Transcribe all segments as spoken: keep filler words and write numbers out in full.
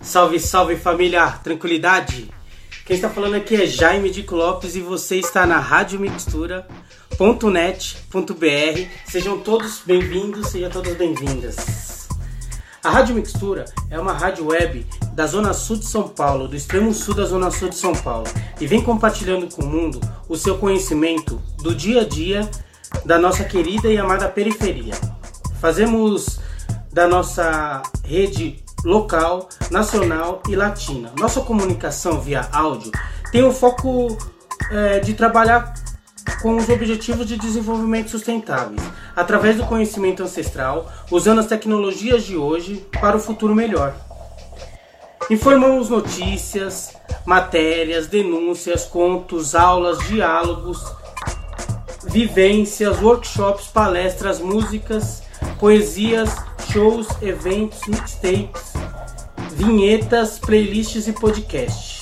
Salve, salve família, tranquilidade? Quem está falando aqui é Jaime Dico Lopes e você está na rádio mixtura ponto net ponto b r. Sejam todos bem-vindos, sejam todas bem-vindas. A Rádio Mixtura é uma rádio web da Zona Sul de São Paulo, do extremo sul da Zona Sul de São Paulo, e vem compartilhando com o mundo o seu conhecimento do dia a dia da nossa querida e amada periferia. Fazemos da nossa rede local, nacional e latina. Nossa comunicação via áudio tem o foco é, de trabalhar com os objetivos de desenvolvimento sustentáveis, através do conhecimento ancestral, usando as tecnologias de hoje para o futuro melhor. Informamos notícias, matérias, denúncias, contos, aulas, diálogos, vivências, workshops, palestras, músicas, poesias, shows, eventos, mixtapes, vinhetas, playlists e podcasts.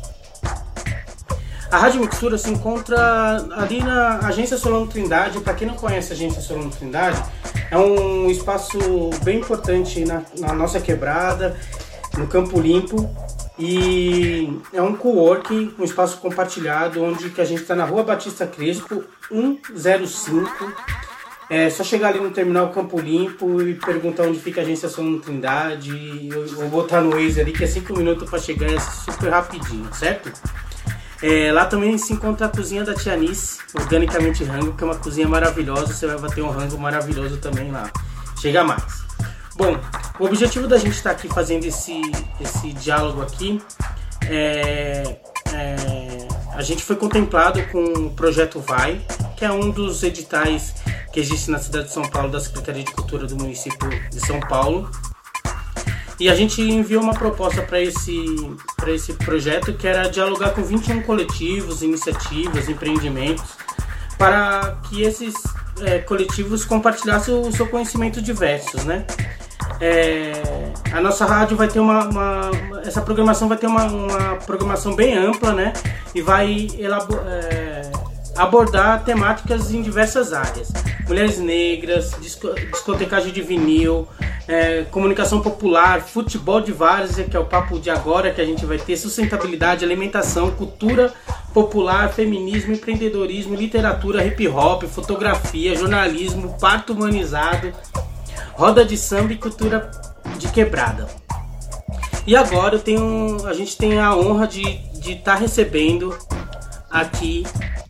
A Rádio Mixtura se encontra ali na Agência Solano Trindade. Para quem não conhece a Agência Solano Trindade, é um espaço bem importante na, na nossa quebrada, no Campo Limpo, e é um coworking, um espaço compartilhado, onde que a gente está na Rua Batista Crespo, cento e cinco. É só chegar ali no terminal Campo Limpo e perguntar onde fica a Agência Solano Trindade. Eu vou botar no Waze ali, que é cinco minutos para chegar, é super rapidinho, certo? É, lá também se encontra a cozinha da Tia Nice, Organicamente Rango, que é uma cozinha maravilhosa. Você vai bater um rango maravilhoso também lá. Chega mais. Bom, o objetivo da gente estar aqui fazendo esse, esse diálogo aqui é, é... A gente foi contemplado com o Projeto Vai, que é um dos editais que existe na cidade de São Paulo, da Secretaria de Cultura do município de São Paulo. E a gente enviou uma proposta para esse, para esse projeto, que era dialogar com vinte e um coletivos, iniciativas, empreendimentos, para que esses é, coletivos compartilhassem o seu conhecimento diversos, né? É, a nossa rádio vai ter uma, uma essa programação vai ter uma, uma programação bem ampla, né? E vai elabor, é, abordar temáticas em diversas áreas: mulheres negras, disco, discotecagem de vinil, é, comunicação popular, futebol de várzea, que é o papo de agora que a gente vai ter, sustentabilidade, alimentação, cultura popular, feminismo, empreendedorismo, literatura, hip hop, fotografia, jornalismo, parto humanizado, roda de samba e cultura de quebrada. E agora eu tenho, a gente tem a honra de estar tá recebendo aqui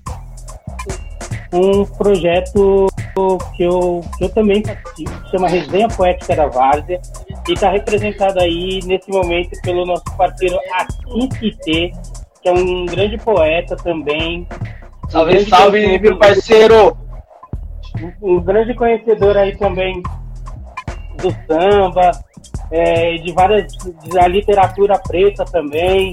um projeto que eu, que eu também participo, que chama Resenha Poética da Várzea, e está representado aí nesse momento pelo nosso parceiro Akintite, que é um grande poeta também. Salve, um salve, meu parceiro! Um, um grande conhecedor aí também do samba, é, de várias, da literatura preta também.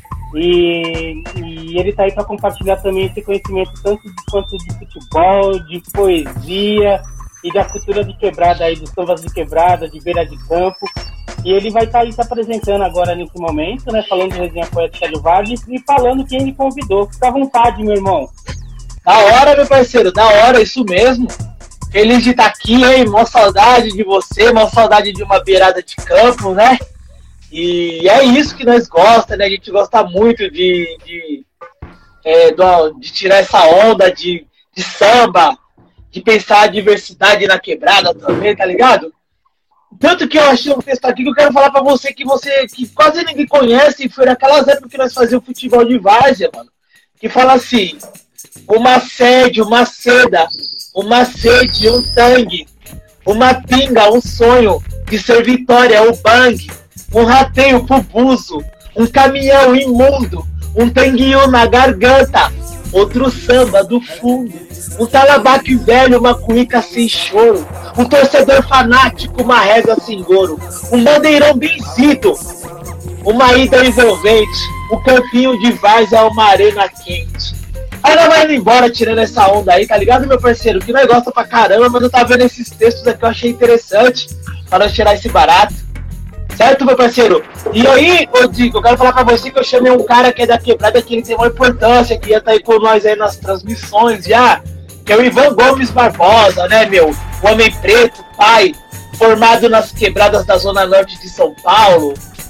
E, e ele está aí para compartilhar também esse conhecimento tanto de, quanto de futebol, de poesia e da cultura de quebrada aí, dos sambas de quebrada, de beira de campo. E ele vai estar tá aí se apresentando agora nesse momento, né? Falando de Resenha Poética do Vale e falando quem ele convidou. Fica à vontade, meu irmão. Da hora, meu parceiro, da hora, isso mesmo. Feliz de estar aqui, hein? Mó saudade de você, mó saudade de uma beirada de campo, né? E é isso que nós gostamos, né? A gente gosta muito de, de, é, de tirar essa onda de, de samba, de pensar a diversidade na quebrada também, tá ligado? Tanto que eu achei um texto aqui que eu quero falar pra você que você que quase ninguém conhece, e foi naquelas épocas que nós fazíamos futebol de várzea, mano. Que fala assim: uma sede, uma seda, uma sede, um tangue, uma pinga, um sonho, de ser vitória, o bang. Um rateio pro buzo, um caminhão imundo, um tanguinho na garganta, outro samba do fundo, um talabaque velho, uma cuíca sem choro, um torcedor fanático, uma régua sem goro, um bandeirão benzido, uma ida envolvente, um campinho de várzea, uma arena quente. Aí nós vai indo embora tirando essa onda aí, tá ligado, meu parceiro? Que nós gosta pra caramba, mas eu tava vendo esses textos aqui, eu achei interessante para nós tirar esse barato. Certo, meu parceiro? E aí, ô Dico, eu quero falar pra você que eu chamei um cara que é da quebrada, que ele tem uma importância, que ia estar aí com nós aí nas transmissões já, que é o Ivan Gomes Barbosa, né, meu? O homem preto, pai, formado nas quebradas da Zona Norte de São Paulo,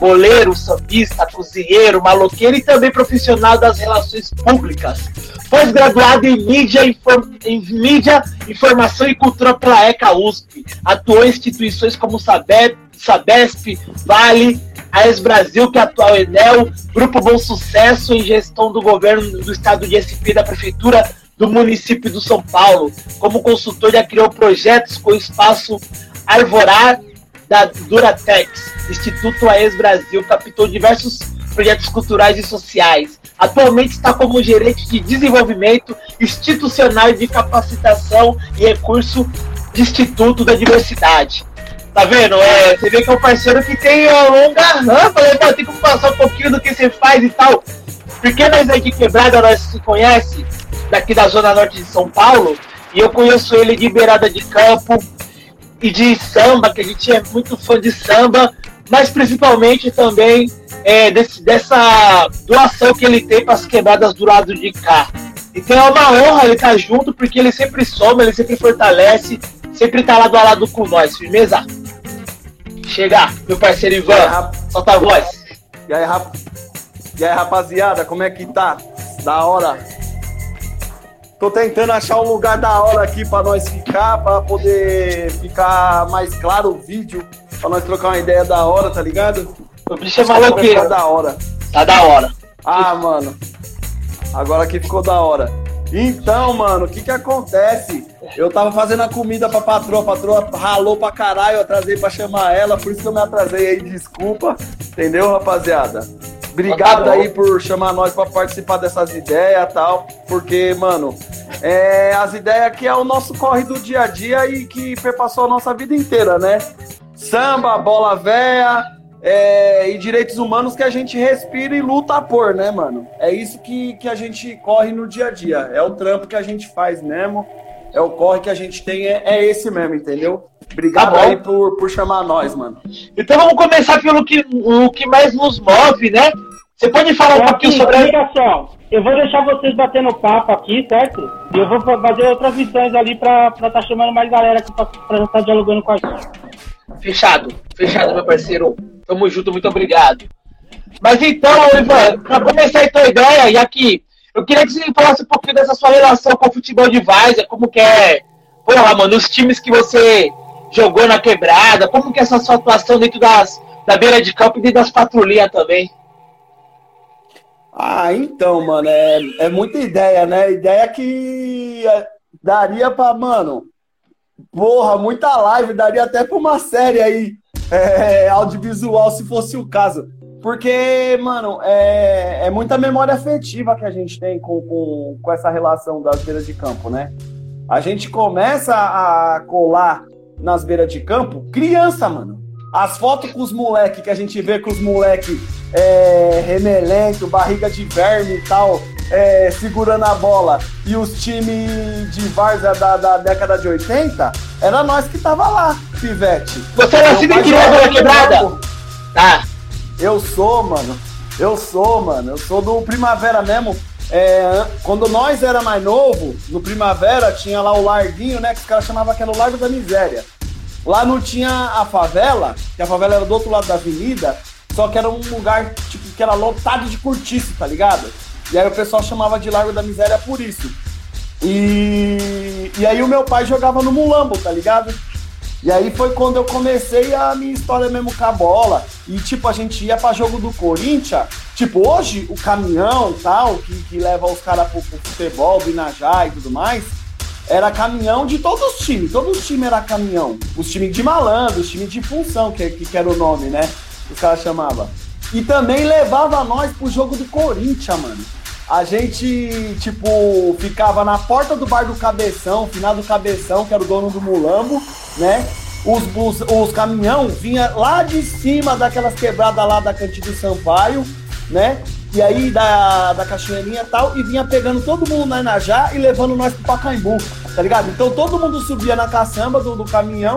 boleiro, sambista, cozinheiro, maloqueiro e também profissional das relações públicas. Pós-graduado em mídia, inform... em mídia, informação e cultura pela ECA U S P. Atuou em instituições como Sabesp, Sabesp Vale, a AES Brasil, que é a atual Enel, Grupo Bom Sucesso em gestão do governo do estado de S P da prefeitura do município do São Paulo. Como consultor, já criou projetos com o espaço Arvorar da Duratex, Instituto AES Brasil, captou diversos projetos culturais e sociais. Atualmente está como gerente de desenvolvimento institucional e de capacitação e recurso de Instituto da Diversidade. Tá vendo? É, você vê que é um parceiro que tem uma longa rampa, né? Tem que passar um pouquinho do que você faz e tal. Porque nós aí de Quebrada, nós se conhece daqui da Zona Norte de São Paulo, e eu conheço ele de beirada de campo e de samba, que a gente é muito fã de samba, mas principalmente também é, desse, dessa doação que ele tem para as quebradas do lado de cá. Então é uma honra ele estar junto, porque ele sempre soma, ele sempre fortalece, sempre tá lado a lado com nós, firmeza? Chega, meu parceiro Ivan, é, solta a voz. E aí, rap... e aí, rapaziada, como é que tá? Da hora. Tô tentando achar um lugar da hora aqui pra nós ficar, pra poder ficar mais claro o vídeo, pra nós trocar uma ideia da hora, tá ligado? O bicho é maloqueiro. Tá da hora. Tá da hora. Ah, mano. Agora aqui ficou da hora. Então, mano, o que que acontece? Eu tava fazendo a comida pra patroa, a patroa ralou pra caralho, eu atrasei pra chamar ela, por isso que eu me atrasei aí, desculpa. Entendeu, rapaziada? Obrigado aí por chamar nós pra participar dessas ideias e tal, porque, mano, é, as ideias aqui é o nosso corre do dia a dia e que perpassou a nossa vida inteira, né? Samba, bola véia, é, e direitos humanos que a gente respira e luta por, né, mano? É isso que, que a gente corre no dia a dia, é o trampo que a gente faz mesmo, é o corre que a gente tem, é, é esse mesmo, entendeu? Obrigado tá aí por, por chamar nós, mano. Então vamos começar pelo que, o que mais nos move, né? Você pode falar um pouquinho sobre... Ligação. Eu vou deixar vocês batendo papo aqui, certo? E eu vou fazer outras missões ali pra estar tá chamando mais galera aqui pra estar tá dialogando com a gente. Fechado. Fechado, meu parceiro. Tamo junto, muito obrigado. Mas então, Ivan, pra começar então a ideia, e aqui, eu queria que você falasse um pouquinho dessa sua relação com o futebol de várzea, como que é... Porra, mano, os times que você... jogou na quebrada, como que é essa sua atuação dentro das, da beira de campo e dentro das patrulhinhas também? Ah, então, mano, é, é muita ideia, né? Ideia que daria pra, mano, porra, muita live, daria até pra uma série aí, é, audiovisual, se fosse o caso. Porque, mano, é, é muita memória afetiva que a gente tem com, com, com essa relação das beiras de campo, né? A gente começa a colar nas beiras de campo, criança, mano. As fotos com os moleques que a gente vê com os moleques é, remelento, barriga de verme e tal, é, segurando a bola, e os times de várzea da, da década de oitenta, era nós que tava lá, pivete. Você era nascido e criado na quebrada? Tá. Eu sou, mano. Eu sou, mano. Eu sou do Primavera mesmo. É, quando nós era mais novo, no Primavera, tinha lá o Larguinho, né? Que os caras chamavam que era o Largo da Miséria. Lá não tinha a favela, que a favela era do outro lado da avenida, só que era um lugar, tipo, que era lotado de cortiço, tá ligado? E aí o pessoal chamava de Largo da Miséria por isso. E, e aí o meu pai jogava no Mulambo, tá ligado? E aí foi quando eu comecei a minha história mesmo com a bola. E tipo, a gente ia pra jogo do Corinthians. Tipo, hoje o caminhão e tal, que, que leva os caras pro, pro futebol, Binajá e tudo mais, era caminhão de todos os times. Todos os times eram caminhão. Os times de malandro, os times de função, que, que, que era o nome, né? Os caras chamavam. E também levava nós pro jogo do Corinthians, mano. A gente, tipo, ficava na porta do bar do Cabeção, final do Cabeção, que era o dono do Mulambo, né? Os, os, os caminhão vinha lá de cima daquelas quebradas lá da Cantina do Sampaio, né? E aí da, da Cachoeirinha e tal, e vinha pegando todo mundo na Inajá e levando nós pro Pacaembu, tá ligado? Então todo mundo subia na caçamba do, do caminhão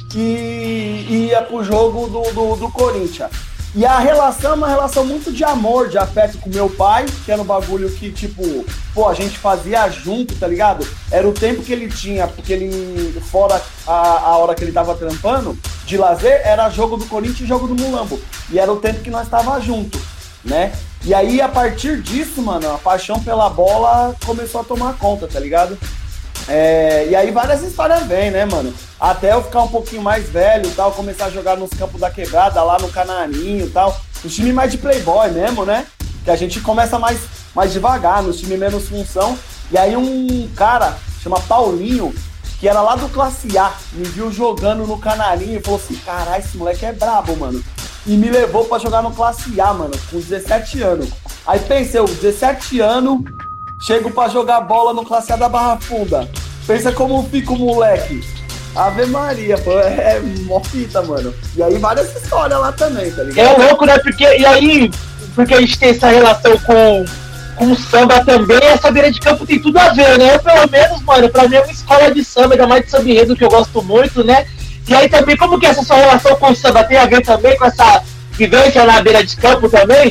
e, e ia pro jogo do, do, do Corinthians. E a relação é uma relação muito de amor, de afeto com meu pai, que era um bagulho que, tipo, pô, a gente fazia junto, tá ligado? Era o tempo que ele tinha, porque ele, fora a, a hora que ele tava trampando, de lazer era jogo do Corinthians e jogo do Mulambo. E era o tempo que nós estávamos juntos, né? E aí, a partir disso, mano, a paixão pela bola começou a tomar conta, tá ligado? É, e aí várias histórias vêm, né, mano? Até eu ficar um pouquinho mais velho e tal, começar a jogar nos campos da quebrada, lá no Canarinho e tal. Os times mais de playboy mesmo, né? Que a gente começa mais, mais devagar, nos times menos função. E aí um cara, chama Paulinho, que era lá do Classe A, me viu jogando no Canarinho e falou assim, caralho, esse moleque é brabo, mano. E me levou pra jogar no Classe A, mano, com dezessete anos. Aí pensei, eu, dezessete anos, chego pra jogar bola no Classe A da Barra Funda. Pensa como fica o moleque. Ave Maria, pô, é mó fita, mano. E aí várias histórias lá também, tá ligado? É louco, né? Porque, e aí, porque a gente tem essa relação com, com o samba também, essa beira de campo tem tudo a ver, né? Eu, pelo menos, mano, pra mim é uma escola de samba, ainda mais de samba enredo, que eu gosto muito, né? E aí também, como que essa sua relação com o samba tem a ver também com essa vivência na beira de campo também?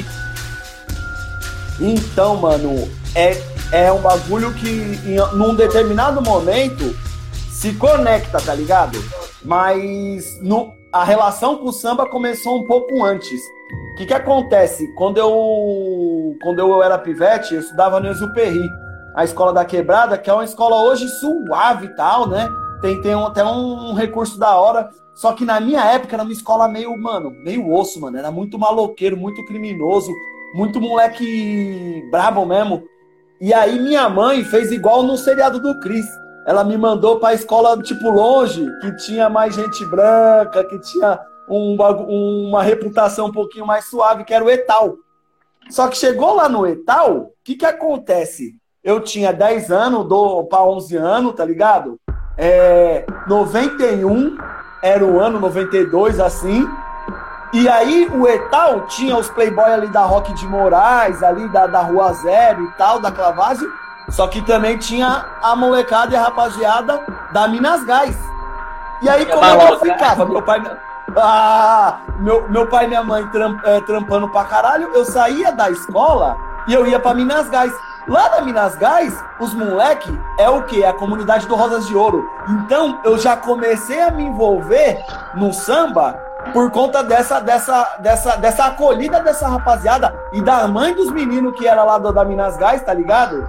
Então, mano, é, é um bagulho que em num determinado momento se conecta, tá ligado? Mas no, a relação com o samba começou um pouco antes. O que que acontece? Quando eu, quando eu era pivete, eu estudava no Exuperry, a escola da Quebrada, que é uma escola hoje suave e tal, né? Tem, tem um, até um, um recurso da hora. Só que na minha época era uma escola meio, mano, meio osso, mano. Era muito maloqueiro, muito criminoso, muito moleque brabo mesmo. E aí minha mãe fez igual no seriado do Chris. Ela me mandou pra escola, tipo, longe, que tinha mais gente branca, que tinha um, uma reputação um pouquinho mais suave, que era o Etal. Só que chegou lá no Etal, o que que acontece? Eu tinha dez anos, do, pra onze anos, tá ligado? É, noventa e um era o ano, noventa e dois, assim. E aí o Etal tinha os playboy ali da Roque de Moraes, ali da, da Rua Zero e tal, da Clavásio. Só que também tinha a molecada e a rapaziada da Minas Gás. E aí, como é que eu ficava? Meu pai, ah, meu, meu pai e minha mãe tramp, é, trampando pra caralho, eu saía da escola e eu ia pra Minas Gás. Lá da Minas Gás, os moleque é o quê? A comunidade do Rosas de Ouro. Então, eu já comecei a me envolver no samba por conta dessa, dessa, dessa, dessa acolhida dessa rapaziada e da mãe dos meninos que era lá do, da Minas Gás, tá ligado?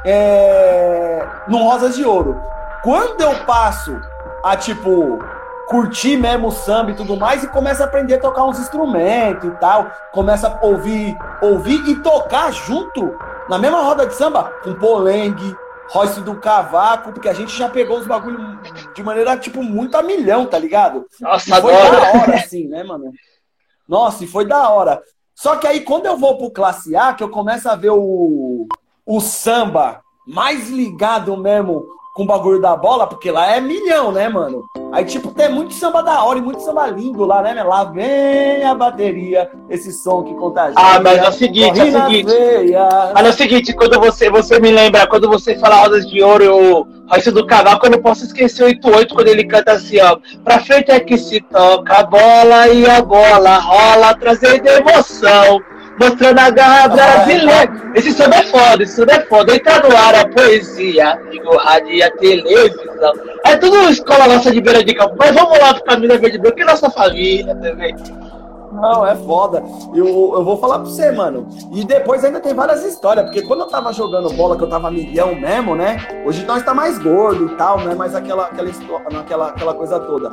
É, no Rosas de Ouro. Quando eu passo a, tipo, curtir mesmo o samba e tudo mais, e começo a aprender a tocar uns instrumentos e tal, começa a ouvir, ouvir e tocar junto, na mesma roda de samba, com Polengue, Royce do Cavaco, porque a gente já pegou os bagulho de maneira, tipo, muito a milhão, tá ligado? Nossa, e foi agora. da hora, assim, né, mano? Nossa, e foi da hora. Só que aí, quando eu vou pro Classe A, que eu começo a ver o... o samba mais ligado mesmo com o bagulho da bola, porque lá é milhão, né, mano? Aí, tipo, tem muito samba da hora e muito samba lindo lá, né, meu? Lá vem a bateria, esse som que contagia. Ah, mas é o seguinte, é o seguinte. Mas é o seguinte, quando você, você me lembra, quando você fala Rodas de Ouro e o Royce do Cavaco, eu não posso esquecer o oito oito, quando ele canta assim, ó. Pra frente é que se toca a bola e a bola rola, trazendo emoção. Mostrando a garra brasileira. Esse samba é foda, esse samba é foda. Entra no ar a poesia, amigo, rádio e a televisão. É tudo escola nossa de beira de campo. Mas vamos lá pro Caminho da Verde Branco, que é nossa família também. Não, é foda. Eu, eu vou falar pra você, mano. E depois ainda tem várias histórias, porque quando eu tava jogando bola, que eu tava milhão mesmo, né? Hoje nós tá mais gordo e tal, né? Mas aquela, aquela, aquela, aquela coisa toda.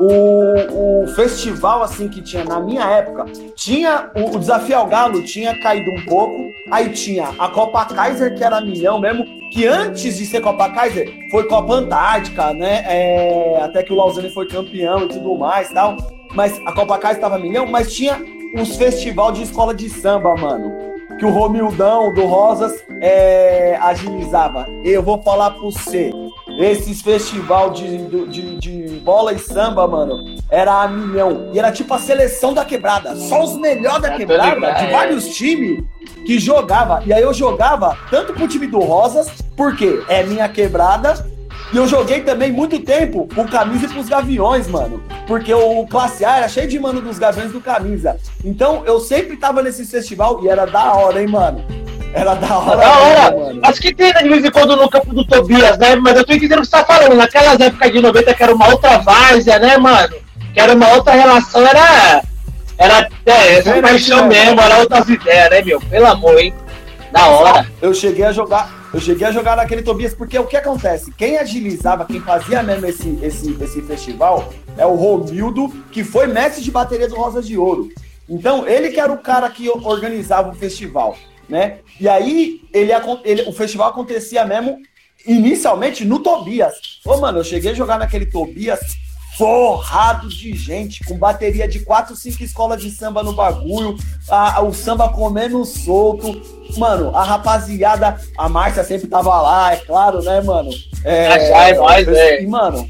O, o festival, assim, que tinha na minha época, tinha o, o Desafio ao Galo, tinha caído um pouco. Aí tinha a Copa Kaiser, que era milhão mesmo, que antes de ser Copa Kaiser, foi Copa Antártica, né? É, até que o Lausanne foi campeão e tudo mais e tal. Mas a Copa Kaiser estava milhão, mas tinha os festivais de escola de samba, mano. Que o Romildão do Rosas é, agilizava. Eu vou falar pra você, esses festival de, de, de bola e samba, mano, era a milhão. E era tipo a seleção da quebrada. Só os melhores da quebrada, de vários times que jogava. E aí eu jogava tanto pro time do Rosas, porque é minha quebrada. E eu joguei também muito tempo pro Camisa e pros Gaviões, mano. Porque o Classe A era cheio de mano dos Gaviões do Camisa. Então eu sempre tava nesse festival e era da hora, hein, mano. Era da hora. Da hora. Mano. Acho que tem, né, de vez em quando no campo do Tobias, né? Mas eu tô entendendo o que você tá falando. Naquelas épocas de noventa que era uma outra várzea, né, mano? que era uma outra relação, era, era é, essa Pera paixão aí, mesmo, era outras ideias, né, meu? Pelo amor, hein? Da hora. Eu cheguei a jogar, eu cheguei a jogar naquele Tobias, porque o que acontece? Quem agilizava, quem fazia mesmo esse, esse, esse festival é o Romildo, que foi mestre de bateria do Rosas de Ouro. Então, ele que era o cara que organizava o festival, né? E aí, ele, ele, o festival acontecia mesmo, inicialmente, no Tobias. Ô, mano, eu cheguei a jogar naquele Tobias forrado de gente, com bateria de quatro, cinco escolas de samba no bagulho, a, o samba comendo solto. Mano, a rapaziada, a Márcia sempre tava lá, é claro, né, mano? É, é nóis, é. E, mano,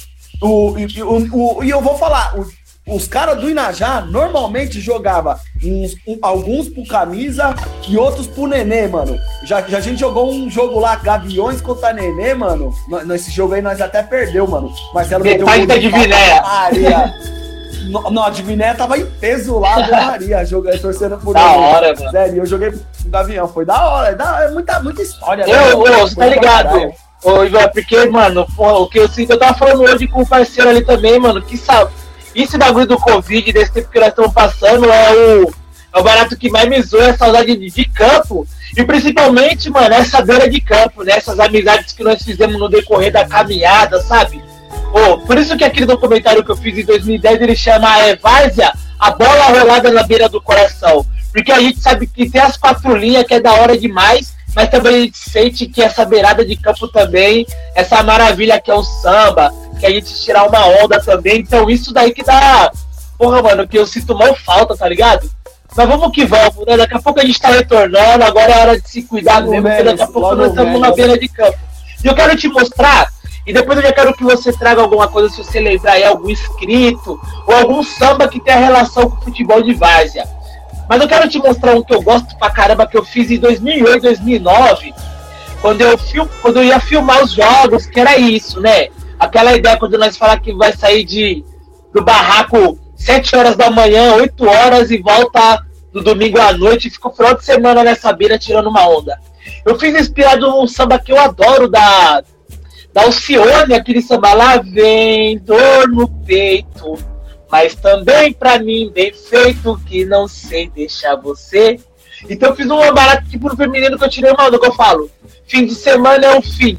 o, e, o, o, e eu vou falar, o, os caras do Inajá normalmente jogavam uns, um, alguns pro camisa e outros pro Nenê, mano. Já, já a gente jogou um jogo lá, Gaviões contra Nenê, mano. Nesse jogo aí nós até perdeu, mano. Marcelo meteu um gol de Vinéia. Maria. Não, não, a de Vinéia tava em peso lá, da Maria, jogando, torcendo por da Nenê. Hora, mano. Sério, eu joguei pro Gavião, foi da hora. É, da, é muita, muita história. Eu, né? Ô, você tá ligado? Ô, Ivan, porque, mano, o que eu sinto, eu tava falando hoje com o parceiro ali também, mano, que sabe. Esse bagulho do Covid, desse tempo que nós estamos passando, é o, é o barato que mais me zoa, é a saudade de, de campo. E principalmente, mano, essa beira de campo, né? Essas amizades que nós fizemos no decorrer da caminhada, sabe? Oh, por isso que aquele documentário que eu fiz em dois mil e dez, ele chama é, Várzea, a bola rolada na beira do coração. Porque a gente sabe que tem as quatro linhas que é da hora demais, mas também a gente sente que essa beirada de campo também, essa maravilha que é o samba, que a gente tirar uma onda também, então isso daí que dá, porra, mano, que eu sinto mal falta, tá ligado? Mas vamos que vamos, né? Daqui a pouco a gente tá retornando, agora é hora de se cuidar mesmo, porque daqui a pouco nós estamos na beira de campo. E eu quero te mostrar, e depois eu já quero que você traga alguma coisa, se você lembrar aí, algum escrito, ou algum samba que tenha relação com o futebol de várzea. Mas eu quero te mostrar um que eu gosto pra caramba, que eu fiz em dois mil e oito, dois mil e nove, quando eu, fil... quando eu ia filmar os jogos, que era isso, né? Aquela ideia quando nós falamos que vai sair de, do barraco sete horas da manhã, oito horas e volta no domingo à noite e fica o final de semana nessa beira tirando uma onda. Eu fiz inspirado num samba que eu adoro da, da Alcione, aquele samba lá, vem dor no peito, mas também pra mim bem feito que não sei deixar você. Então eu fiz um barato tipo no feminino que eu tirei uma onda, que eu falo, fim de semana é um fim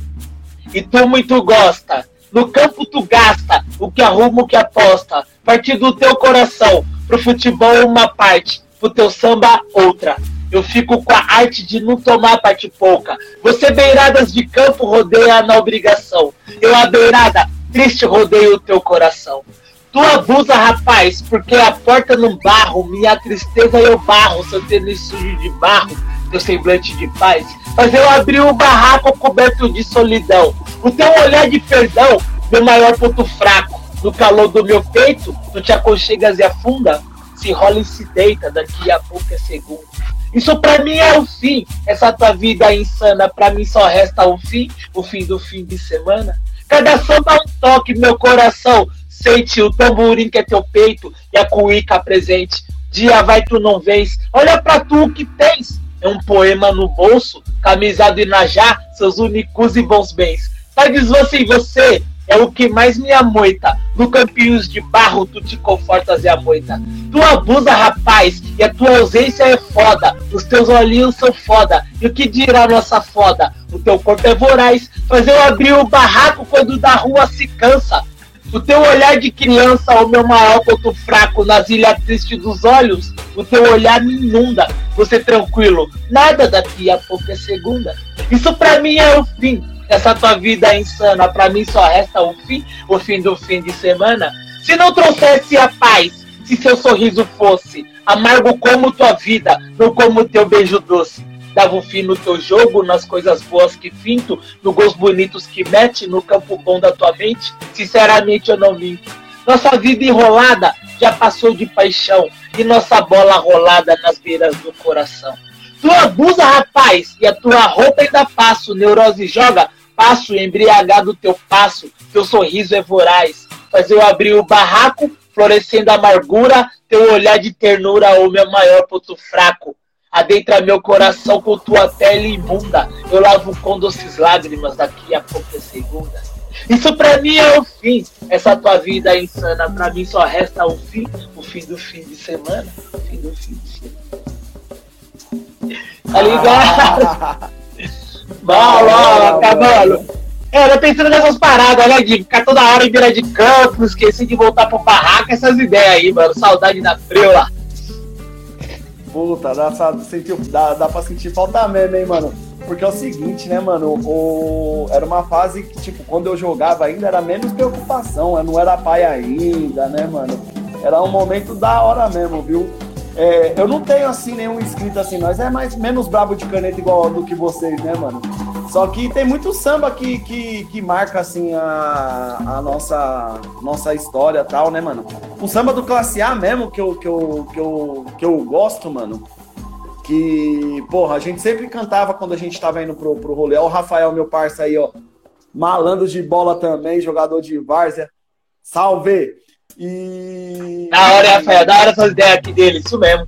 e tu muito gosta. No campo tu gasta o que arruma, o que aposta. Partir do teu coração, pro futebol uma parte, pro teu samba outra. Eu fico com a arte de não tomar parte pouca. Você beiradas de campo rodeia na obrigação. Eu a beirada, triste rodeio o teu coração. Tu abusa, rapaz, porque a porta no barro, minha tristeza eu barro, seu tênis sujo de barro, teu semblante de paz. Mas eu abri um barraco coberto de solidão. O teu olhar de perdão, meu maior ponto fraco. No calor do meu peito, tu te aconchegas e afunda. Se rola e se deita, daqui a pouco é segundo. Isso pra mim é o fim. Essa tua vida insana, pra mim só resta o fim. O fim do fim de semana. Cada samba um toque, meu coração. Sente o tamborim que é teu peito e a cuíca presente. Dia vai tu não vês. Olha pra tu o que tens. É um poema no bolso, camisa do Inajá, seus únicos e bons bens. Saibes você e você, é o que mais me amoita. No campinhos de barro, tu te confortas e amoita. Tu abusa, rapaz, e a tua ausência é foda. Os teus olhinhos são foda. E o que dirá nossa foda? O teu corpo é voraz. Faz eu abrir o barraco quando da rua se cansa. O teu olhar de criança, o meu maior ponto fraco, nas ilhas tristes dos olhos, o teu olhar me inunda. Você tranquilo, nada daqui a pouco é segunda. Isso pra mim é o fim, essa tua vida é insana. Pra mim só resta o fim, o fim do fim de semana. Se não trouxesse a paz, se seu sorriso fosse amargo como tua vida, não como teu beijo doce. Dava um fim no teu jogo, nas coisas boas que finto, no gols bonitos que mete, no campo bom da tua mente. Sinceramente eu não minto. Nossa vida enrolada já passou de paixão, e nossa bola rolada nas beiras do coração. Tu abusa, rapaz, e a tua roupa ainda passo, neurose joga, passo embriagado teu passo, teu sorriso é voraz. Faz eu abrir o barraco, florescendo a amargura, teu olhar de ternura, o meu maior ponto fraco. Adentra meu coração com tua pele imunda. Eu lavo com doces lágrimas, daqui a pouco é segunda. Isso pra mim é o fim. Essa tua vida é insana. Pra mim só resta o fim. O fim do fim de semana. O fim do fim de semana. Tá ligado? Bala, acabando. É, eu tô pensando nessas paradas, né? De ficar toda hora em beira de campo, esqueci de voltar pro barraco, essas ideias aí, mano. Saudade da Freula. Puta, dá, sentiu, dá, dá pra sentir falta mesmo, hein, mano? Porque é o seguinte, né, mano? O, era uma fase que, tipo, quando eu jogava ainda era menos preocupação, eu não era pai ainda, né, mano? Era um momento da hora mesmo, viu? É, eu não tenho, assim, nenhum inscrito assim, nós é mais, menos brabo de caneta igual do que vocês, né, mano? Só que tem muito samba que, que, que marca, assim, a, a nossa, nossa história e tal, né, mano? O samba do Classe A mesmo, que eu, que eu, que eu, que eu gosto, mano, que, porra, a gente sempre cantava quando a gente tava indo pro, pro rolê. Ó, o Rafael, meu parça aí, ó, malandro de bola também, jogador de várzea. Salve! E... Da hora, Rafael, da hora essas ideias aqui dele, isso mesmo.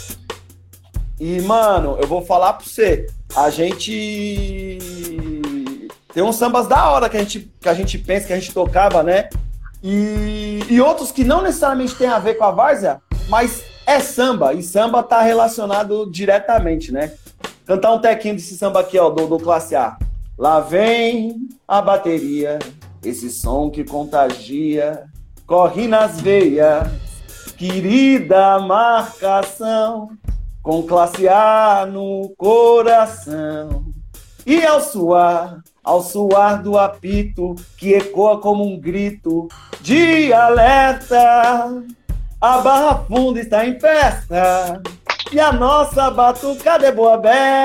E, mano, eu vou falar pra você, a gente tem uns sambas da hora que a gente, que a gente pensa, que a gente tocava, né? E, e outros que não necessariamente tem a ver com a várzea, mas é samba, e samba tá relacionado diretamente, né? Cantar um tequinho desse samba aqui, ó, do, do Classe A. Lá vem a bateria, esse som que contagia, corre nas veias, querida marcação, com Classe A no coração. E ao suar, ao suar do apito, que ecoa como um grito de alerta, a Barra Funda está em festa, e a nossa batucada é boa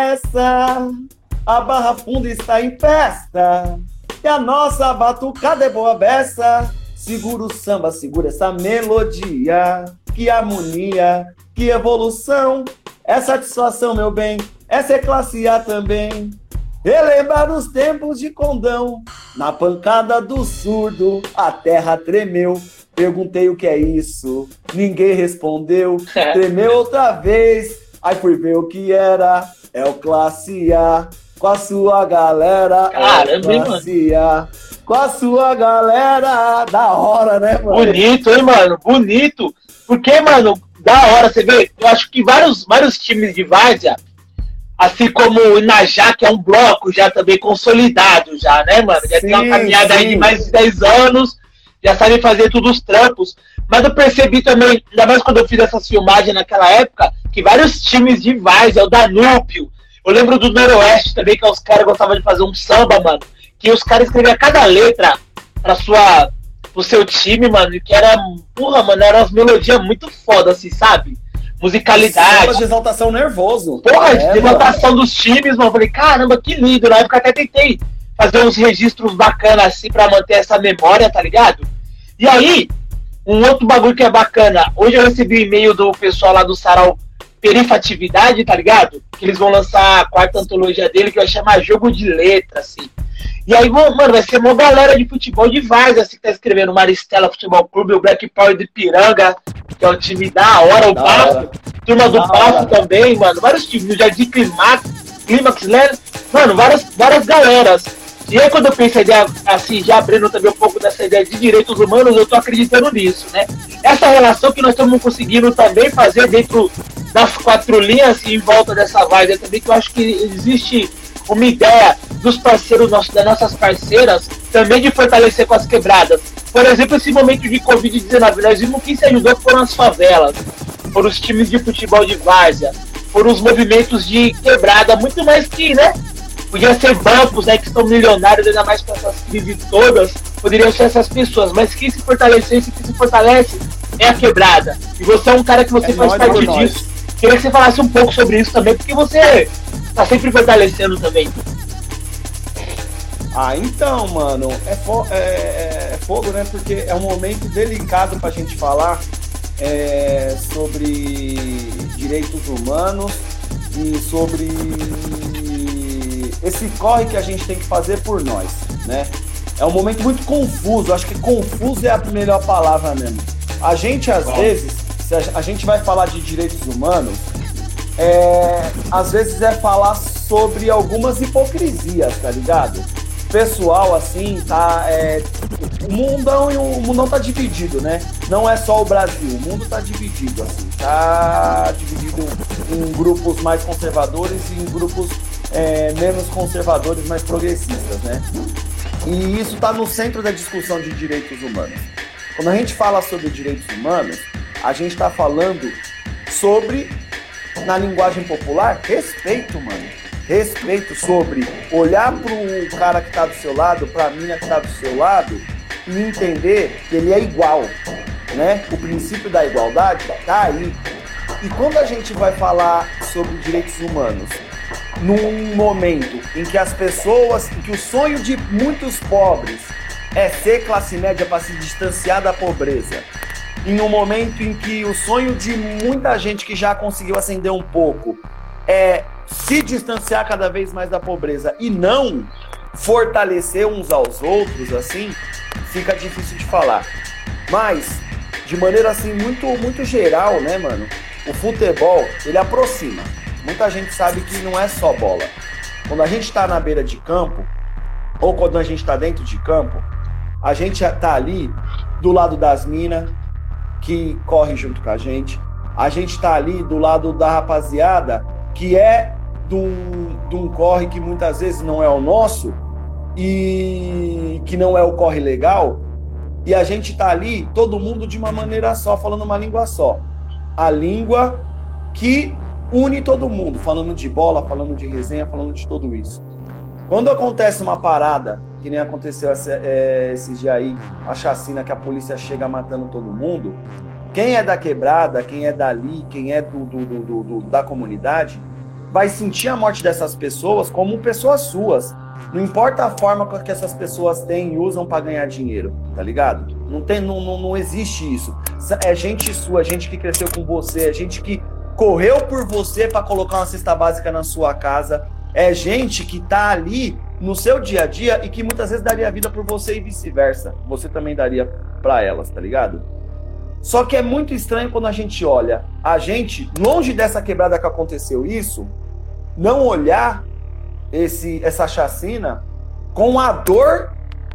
beça. A Barra Funda está em festa, e a nossa batucada é boa beça. Segura o samba, segura essa melodia, que harmonia, que evolução. É satisfação, meu bem, essa é Classe A também. Relembrar os tempos de condão, na pancada do surdo, a terra tremeu. Perguntei o que é isso, ninguém respondeu. Tremeu outra vez, aí fui ver o que era. É o Classe A, com a sua galera. Caramba, é o Classe A, com a sua galera. Da hora, né, mano? Bonito, hein, mano? Bonito. Porque, mano, da hora, você vê, eu acho que vários, vários times de várzea, assim como o Inajá, que é um bloco já também consolidado, já, né, mano? Já sim, tem uma caminhada sim. aí de mais de dez anos, já sabem fazer todos os trampos. Mas eu percebi também, ainda mais quando eu fiz essas filmagens naquela época, que vários times de várzea, o Danúbio, eu lembro do Noroeste também, que os caras gostavam de fazer um samba, mano, que os caras escreviam cada letra pra sua, pro seu time, mano, que era, porra, mano, eram umas melodias muito foda, assim, sabe? Musicalidade. Samba de exaltação nervoso. Porra, é, de exaltação dos times, mano. Eu falei, caramba, que lindo. Na época até tentei fazer uns registros bacanas assim pra manter essa memória, tá ligado? E aí, um outro bagulho que é bacana. Hoje eu recebi um e-mail do pessoal lá do Sarau Perifatividade, tá ligado? Que eles vão lançar a quarta antologia dele, que vai chamar Jogo de Letra, assim. E aí, mano, vai ser uma galera de futebol de várzea, assim, que tá escrevendo Maristela Futebol Clube, o Black Power de Piranga, que é um time da hora, o Bafo, turma do Bafo também, mano, vários times, o Jardim Climax, Climax, né? Mano, várias, várias galeras. E aí, quando eu penso a ideia, assim, já abrindo também um pouco dessa ideia de direitos humanos, eu tô acreditando nisso, né? Essa relação que nós estamos conseguindo também fazer dentro das quatro linhas, assim, em volta dessa várzea também, que eu acho que existe uma ideia dos parceiros nossos, das nossas parceiras, também de fortalecer com as quebradas. Por exemplo, esse momento de covid dezenove, nós vimos que se ajudou foram as favelas, foram os times de futebol de várzea, foram os movimentos de quebrada, muito mais que, né? Podia ser bancos, né, que estão milionários, ainda mais com essas crises todas, poderiam ser essas pessoas, mas quem se fortalecesse, quem se fortalece é a quebrada. E você é um cara que você é faz parte disso. Queria que você falasse um pouco sobre isso também, porque você tá sempre fortalecendo também. Ah, então, mano, é, fo- é, é fogo, né? Porque é um momento delicado pra gente falar é, sobre direitos humanos e sobre esse corre que a gente tem que fazer por nós, né? É um momento muito confuso, acho que confuso é a melhor palavra mesmo. A gente, às Bom. vezes, se a, a gente vai falar de direitos humanos, é, às vezes é falar sobre algumas hipocrisias, tá ligado? pessoal, assim, tá. É, o mundão, o mundão tá dividido, né? Não é só o Brasil, o mundo tá dividido, assim. Tá dividido em grupos mais conservadores e em grupos é, menos conservadores, mais progressistas, né? E isso tá no centro da discussão de direitos humanos. Quando a gente fala sobre direitos humanos, a gente tá falando sobre, na linguagem popular, respeito, mano. Respeito sobre olhar pro cara que tá do seu lado, pra mina que tá do seu lado e entender que ele é igual, né? O princípio da igualdade tá aí. E quando a gente vai falar sobre direitos humanos, num momento em que as pessoas, em que o sonho de muitos pobres é ser classe média para se distanciar da pobreza, em um momento em que o sonho de muita gente que já conseguiu ascender um pouco é se distanciar cada vez mais da pobreza e não fortalecer uns aos outros, assim, fica difícil de falar. Mas, de maneira assim, muito, muito geral, né, mano? O futebol, ele aproxima. Muita gente sabe que não é só bola. Quando a gente tá na beira de campo, ou quando a gente tá dentro de campo, a gente tá ali do lado das minas, que corre junto com a gente. A gente tá ali do lado da rapaziada, que é de um, de um corre que muitas vezes não é o nosso e que não é o corre legal, e a gente tá ali, todo mundo de uma maneira só, falando uma língua só. A língua que une todo mundo, falando de bola, falando de resenha, falando de tudo isso. Quando acontece uma parada, que nem aconteceu esse, é, esses dias aí, a chacina que a polícia chega matando todo mundo, quem é da quebrada, quem é dali, quem é do, do, do, do, do da comunidade, vai sentir a morte dessas pessoas como pessoas suas. Não importa a forma que essas pessoas têm e usam para ganhar dinheiro, tá ligado? Não, tem, não, não, não existe isso. É gente sua, gente que cresceu com você, é gente que correu por você para colocar uma cesta básica na sua casa, é gente que tá ali no seu dia a dia e que muitas vezes daria vida por você e vice-versa. Você também daria para elas, tá ligado? Só que é muito estranho quando a gente olha, a gente, longe dessa quebrada que aconteceu isso, não olhar esse, essa chacina com a dor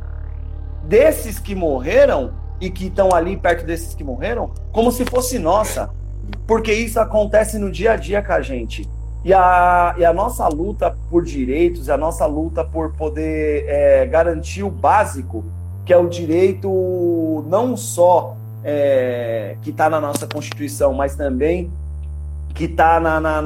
desses que morreram e que estão ali perto desses que morreram, como se fosse nossa. Porque isso acontece no dia a dia com a gente. E a, e a nossa luta por direitos, a nossa luta por poder é, garantir o básico, que é o direito não só é, que está na nossa Constituição, mas também que está na, na,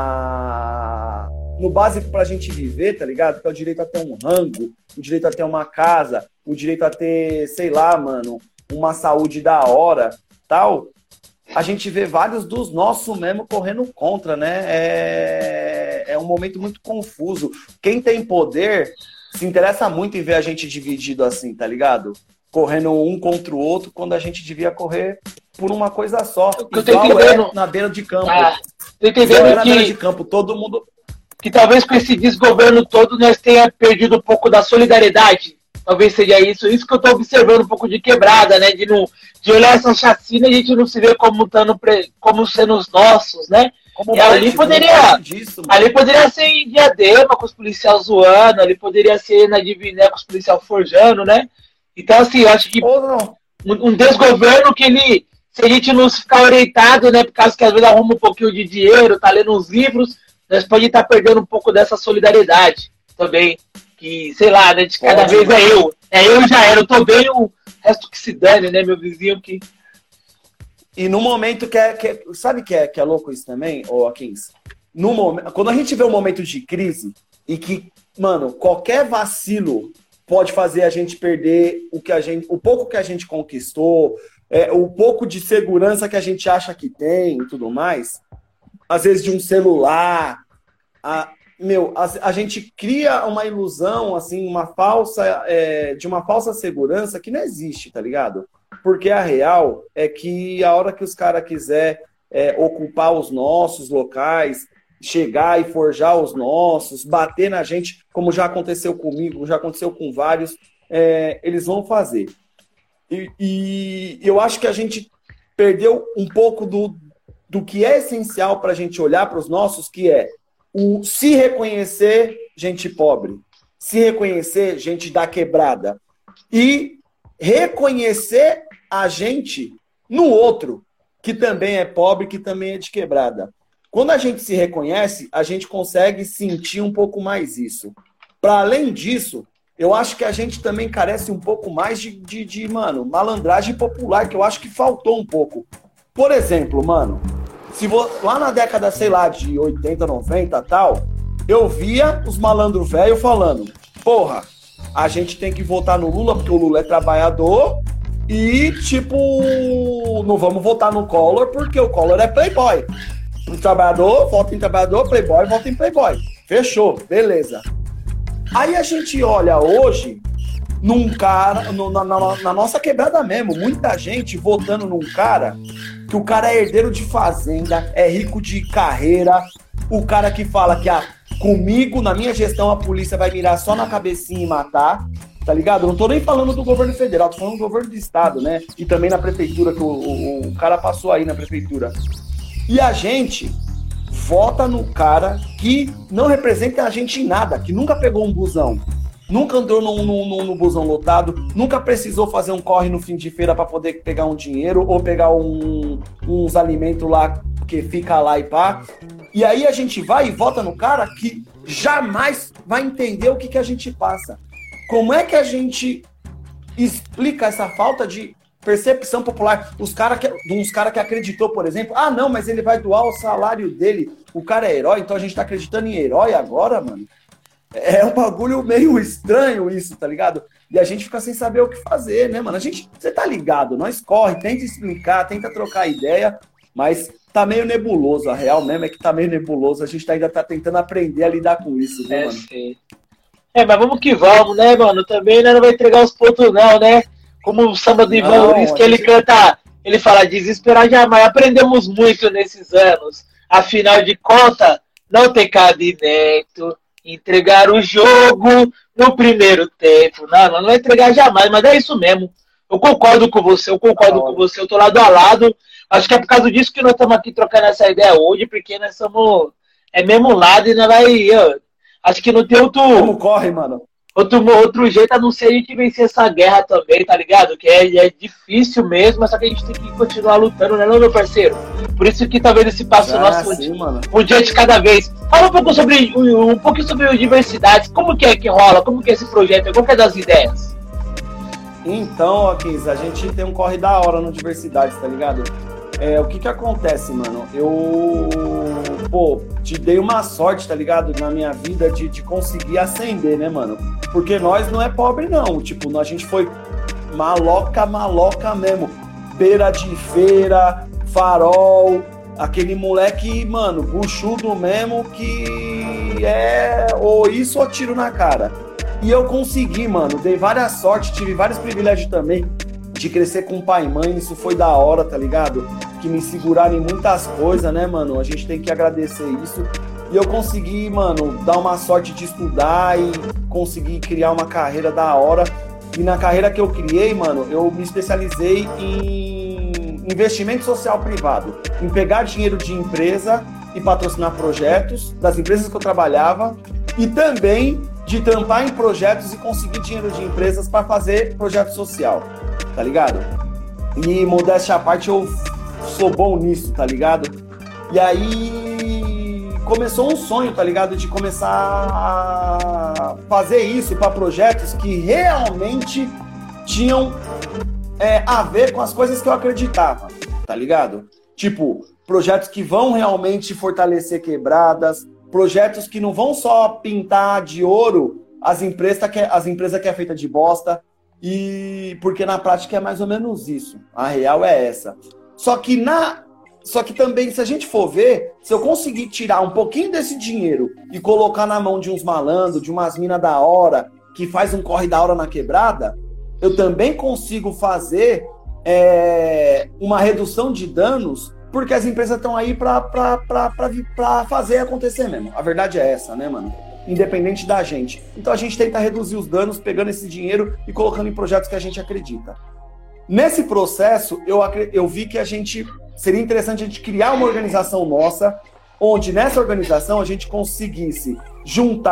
na, no básico para a gente viver, tá ligado? Que é o direito a ter um rango, o direito a ter uma casa, o direito a ter, sei lá, mano, uma saúde da hora, tal. A gente vê vários dos nossos mesmo correndo contra, né? É, é um momento muito confuso. Quem tem poder se interessa muito em ver a gente dividido assim, tá ligado? Correndo um contra o outro, quando a gente devia correr por uma coisa só. Eu tô entendendo. É na beira de campo. Ah, tô entendendo é na que, beira de campo, todo mundo... que talvez com esse desgoverno todo nós tenha perdido um pouco da solidariedade. Talvez seja isso. Isso que eu tô observando um pouco de quebrada, né? De, não, de olhar essa chacina e a gente não se vê como, tando, como sendo os nossos, né? Como e ali poderia, disso, ali poderia ser em Diadema com os policiais zoando, ali poderia ser na Diviné com os policiais forjando, né? Então, assim, eu acho que um, um desgoverno que ele, se a gente não ficar orientado, né, por causa que às vezes arruma um pouquinho de dinheiro, tá lendo uns livros, nós podemos estar perdendo um pouco dessa solidariedade também, que, sei lá, né, de cada Pode, vez é eu, é eu já era, eu tô bem, o resto que se dane, né, meu vizinho que... E no momento que é, que é sabe que é, que é louco isso também, ô Akins? No momento, quando a gente vê um momento de crise e que, mano, qualquer vacilo pode fazer a gente perder o que a gente, o pouco que a gente conquistou, é, o pouco de segurança que a gente acha que tem e tudo mais, às vezes de um celular, a, meu, a, a gente cria uma ilusão, assim, uma falsa, é, de uma falsa segurança que não existe, tá ligado? Porque a real é que a hora que os caras quiser é, ocupar os nossos locais, chegar e forjar os nossos, bater na gente, como já aconteceu comigo, já aconteceu com vários, é, eles vão fazer. E, e eu acho que a gente perdeu um pouco do, do que é essencial para a gente olhar para os nossos, que é o se reconhecer gente pobre, se reconhecer gente da quebrada e reconhecer a gente no outro, que também é pobre, que também é de quebrada. Quando a gente se reconhece, a gente consegue sentir um pouco mais isso. Para além disso, eu acho que a gente também carece um pouco mais de, de, de, mano, malandragem popular, que eu acho que faltou um pouco. Por exemplo, mano, se vou, lá na década, sei lá, de oitenta, noventa e tal, eu via os malandros velhos falando, porra, a gente tem que votar no Lula porque o Lula é trabalhador e, tipo, não vamos votar no Collor porque o Collor é playboy. O trabalhador, vota em trabalhador, playboy, vota em playboy. Fechou, beleza. Aí a gente olha hoje num cara, no, na, na, na nossa quebrada mesmo, muita gente votando num cara que o cara é herdeiro de fazenda, é rico de carreira, o cara que fala que ah, comigo, na minha gestão, a polícia vai mirar só na cabecinha e matar, tá ligado? Não tô nem falando do governo federal, tô falando do governo do estado, né? E também na prefeitura, que o, o, o cara passou aí na prefeitura. E a gente vota no cara que não representa a gente em nada, que nunca pegou um busão, nunca andou no, no, no, no busão lotado, nunca precisou fazer um corre no fim de feira para poder pegar um dinheiro ou pegar um, uns alimentos lá que fica lá e pá. E aí a gente vai e vota no cara que jamais vai entender o que, que a gente passa. Como é que a gente explica essa falta de percepção popular? Os cara que, uns caras que acreditou, por exemplo, ah, não, mas ele vai doar o salário dele, o cara é herói, então a gente tá acreditando em herói agora, mano? É um bagulho meio estranho isso, tá ligado? E a gente fica sem saber o que fazer, né, mano? A gente, você tá ligado, nós corre, tenta explicar, tenta trocar ideia, mas tá meio nebuloso, a real mesmo é que tá meio nebuloso, a gente tá, ainda tá tentando aprender a lidar com isso, né, é, mano? Sim. É, mas vamos que vamos, né, mano? Também né, não vai entregar os pontos não, né? Como o samba do Ivan Luiz, que ele gente... canta, ele fala, desesperar jamais, aprendemos muito nesses anos, afinal de contas, não tem cabimento entregar o jogo no primeiro tempo, não, não vai entregar jamais, mas é isso mesmo, eu concordo com você, eu concordo ah, com você, eu tô lado a lado, acho que é por causa disso que nós estamos aqui trocando essa ideia hoje, porque nós somos, é mesmo lado e nós vai, eu, acho que não tem outro... Como corre, mano? Outro, outro jeito a não ser a gente vencer essa guerra também, tá ligado? Que é, é difícil mesmo, mas só que a gente tem que continuar lutando, né, não, meu parceiro? Por isso que talvez esse passo ah, nosso sim, um, um dia de cada vez. Fala um pouco sobre um, um pouquinho sobre diversidade, como que é que rola, como que é esse projeto, qual que é das ideias? Então, Akins, a gente tem um corre da hora no Diversidade, tá ligado? É, o que que acontece, mano? Eu, pô, te dei uma sorte, tá ligado? Na minha vida de, de conseguir ascender, né, mano? Porque nós não é pobre, não. Tipo, a gente foi maloca, maloca mesmo. Beira de feira, farol, aquele moleque, mano, buchudo mesmo que é ou isso ou tiro na cara. E eu consegui, mano. Dei várias sortes, tive vários privilégios também de crescer com pai e mãe, isso foi da hora, tá ligado? Que me seguraram em muitas coisas, né, mano? A gente tem que agradecer isso. E eu consegui, mano, dar uma sorte de estudar e conseguir criar uma carreira da hora. E na carreira que eu criei, mano, eu me especializei em investimento social privado. Em pegar dinheiro de empresa e patrocinar projetos das empresas que eu trabalhava. E também de trampar em projetos e conseguir dinheiro de empresas para fazer projeto social. Tá ligado? E modéstia à parte, eu sou bom nisso, tá ligado? E aí começou um sonho, tá ligado? De começar a fazer isso para projetos que realmente tinham é, a ver com as coisas que eu acreditava, tá ligado? Tipo, projetos que vão realmente fortalecer quebradas, projetos que não vão só pintar de ouro as empresas que, as empresas que é feita de bosta. E porque na prática é mais ou menos isso. A real é essa. Só que na, só que também, se a gente for ver, se eu conseguir tirar um pouquinho desse dinheiro e colocar na mão de uns malandros, de umas minas da hora, que faz um corre da hora na quebrada, eu também consigo fazer é, uma redução de danos, porque as empresas estão aí pra, pra, pra, pra, pra fazer acontecer mesmo. A verdade é essa, né, mano? Independente da gente. Então a gente tenta reduzir os danos pegando esse dinheiro e colocando em projetos que a gente acredita. Nesse processo, eu, eu vi que a gente seria interessante a gente criar uma organização nossa, onde nessa organização a gente conseguisse juntar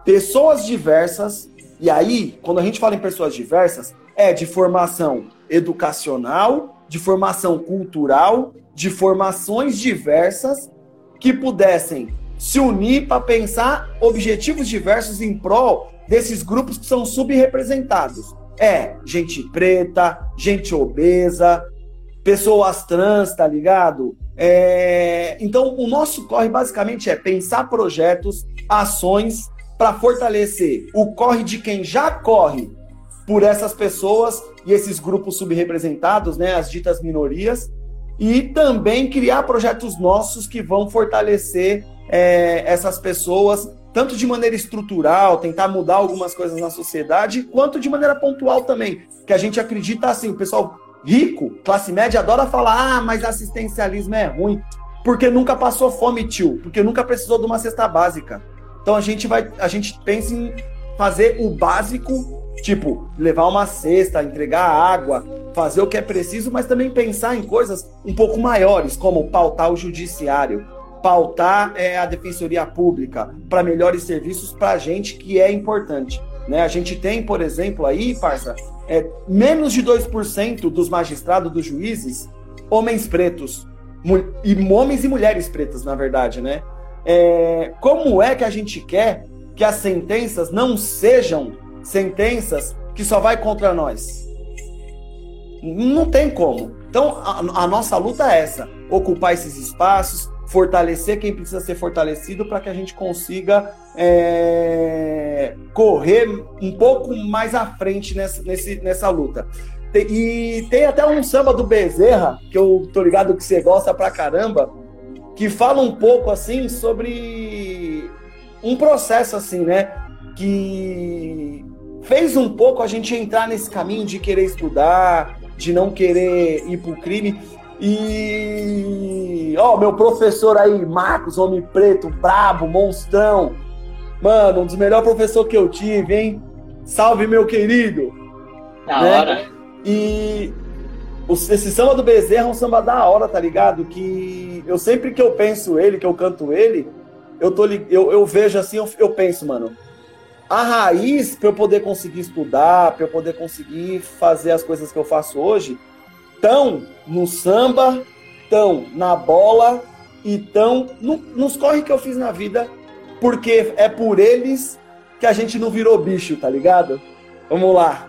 pessoas diversas, e aí, quando a gente fala em pessoas diversas, é de formação educacional, de formação cultural, de formações diversas que pudessem se unir para pensar objetivos diversos em prol desses grupos que são subrepresentados. É gente preta, gente obesa, pessoas trans, tá ligado? É... Então, o nosso corre basicamente é pensar projetos, ações para fortalecer o corre de quem já corre por essas pessoas e esses grupos subrepresentados, né, as ditas minorias, e também criar projetos nossos que vão fortalecer é, essas pessoas, tanto de maneira estrutural, tentar mudar algumas coisas na sociedade, quanto de maneira pontual também, que a gente acredita assim, o pessoal rico, classe média, adora falar, ah, mas assistencialismo é ruim, porque nunca passou fome, tio, porque nunca precisou de uma cesta básica. Então a gente vai, a gente pensa em fazer o básico, tipo, levar uma cesta, entregar água, fazer o que é preciso, mas também pensar em coisas um pouco maiores, como pautar o judiciário, pautar é, a defensoria pública para melhores serviços para a gente, que é importante. Né? A gente tem, por exemplo, aí, parça, é, menos de dois por cento dos magistrados, dos juízes, homens pretos, e homens e mulheres pretas, na verdade, né? É, como é que a gente quer que as sentenças não sejam sentenças que só vai contra nós? Não tem como. Então, a, a nossa luta é essa, ocupar esses espaços, fortalecer quem precisa ser fortalecido para que a gente consiga é, correr um pouco mais à frente nessa, nesse, nessa luta. E tem até um samba do Bezerra, que eu tô ligado que você gosta pra caramba, que fala um pouco, assim, sobre um processo, assim, né, que fez um pouco a gente entrar nesse caminho de querer estudar, de não querer ir pro crime. E, ó, meu professor aí, Marcos, homem preto, brabo, monstrão, mano, um dos melhores professores que eu tive, hein? Salve, meu querido! Da né? hora. E esse samba do Bezerra é um samba da hora, tá ligado? Que eu sempre que eu penso ele, que eu canto ele, eu, tô, eu, eu vejo assim, eu, eu penso, mano, a raiz pra eu poder conseguir estudar, pra eu poder conseguir fazer as coisas que eu faço hoje, tão no samba, tão na bola e tão no, nos corre que eu fiz na vida, porque é por eles que a gente não virou bicho, tá ligado? Vamos lá.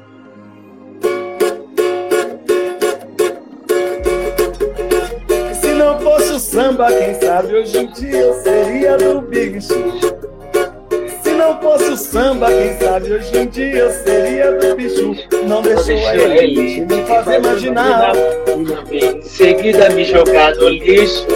Se não fosse o samba, quem sabe hoje em dia eu seria do Big X. Se não fosse o samba, quem sabe hoje em dia eu seria do bicho. Não deixou ele me fazer imaginar em seguida me jogar no lixo.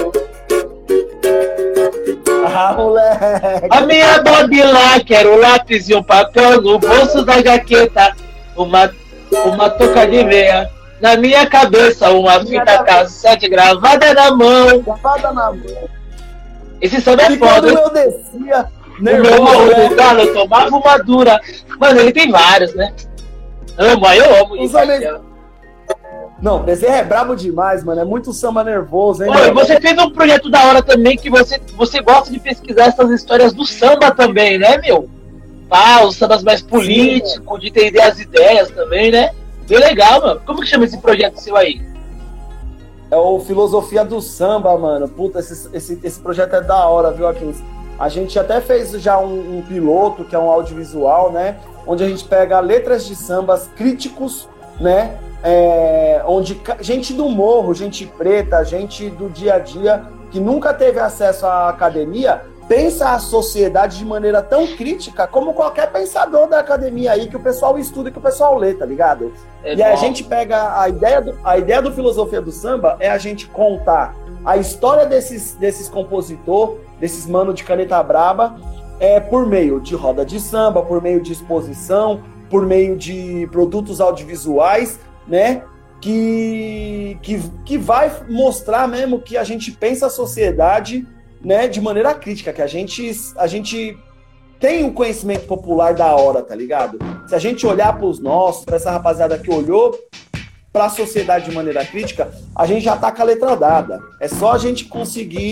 Ah, moleque. A minha Bob lá, quero um lápis e um papel no bolso da jaqueta, uma, uma touca de meia na minha cabeça, uma fita cassete gravada na mão. Gravada na mão. Esse samba é E foda. quando eu descia, O meu nervoso, né? lugar, eu tomava uma dura. Mano, ele tem vários, né? Amo, aí eu amo Os isso. homens- Não, Bezerra é brabo demais, mano. É muito samba nervoso, hein? Olha, mano? você fez um projeto da hora também, que você, você gosta de pesquisar essas histórias do samba também, né, meu? Ah, os sambas mais políticos, de entender as ideias também, né? Bem legal, mano. Como que chama esse projeto seu aí? É o Filosofia do Samba, mano. Puta, esse, esse, esse projeto é da hora, viu, Aquins? A gente até fez já um, um piloto, que é um audiovisual, né? Onde a gente pega letras de sambas críticos, né? É, onde ca- gente do morro, gente preta, gente do dia a dia, que nunca teve acesso à academia, pensa a sociedade de maneira tão crítica como qualquer pensador da academia aí, que o pessoal estuda e que o pessoal lê, tá ligado? É E a bom. gente pega a ideia do, a ideia do Filosofia do Samba é a gente contar a história desses, desses compositores, desses mano de caneta braba, é, por meio de roda de samba, por meio de exposição, por meio de produtos audiovisuais, né? Que, que, que vai mostrar mesmo que a gente pensa a sociedade, né, de maneira crítica, que a gente, a gente tem um conhecimento popular da hora, tá ligado? Se a gente olhar para os nossos, para essa rapaziada que olhou para a sociedade de maneira crítica, a gente já tá com a letra dada. É só a gente conseguir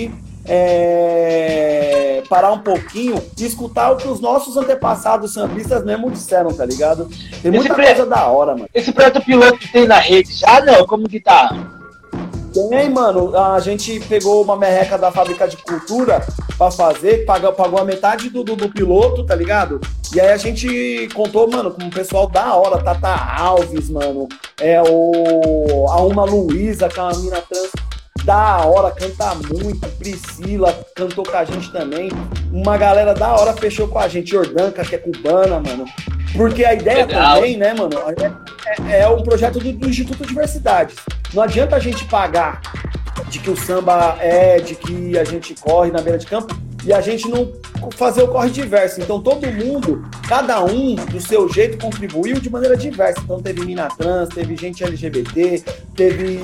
é, parar um pouquinho e escutar o que os nossos antepassados sambistas mesmo disseram, tá ligado? Tem muita Esse coisa pre... da hora, mano. Esse projeto piloto que tem na rede já, não? Como que tá? Tem, mano, a gente pegou uma merreca da Fábrica de Cultura pra fazer, pagou, pagou a metade do, do, do piloto, tá ligado? E aí a gente contou, mano, com um pessoal da hora, Tata Alves, mano, é o a Uma Luísa, que é uma mina trans da hora, canta muito, Priscila cantou com a gente também, uma galera da hora fechou com a gente, Jordanka, que é cubana, mano, porque a ideia Legal. também, né, mano, é, é um projeto do, do Instituto Diversidades. Não adianta a gente pagar de que o samba é, de que a gente corre na beira de campo e a gente não fazer o corre diverso. Então todo mundo, cada um do seu jeito contribuiu de maneira diversa. Então teve mina trans, teve gente L G B T, teve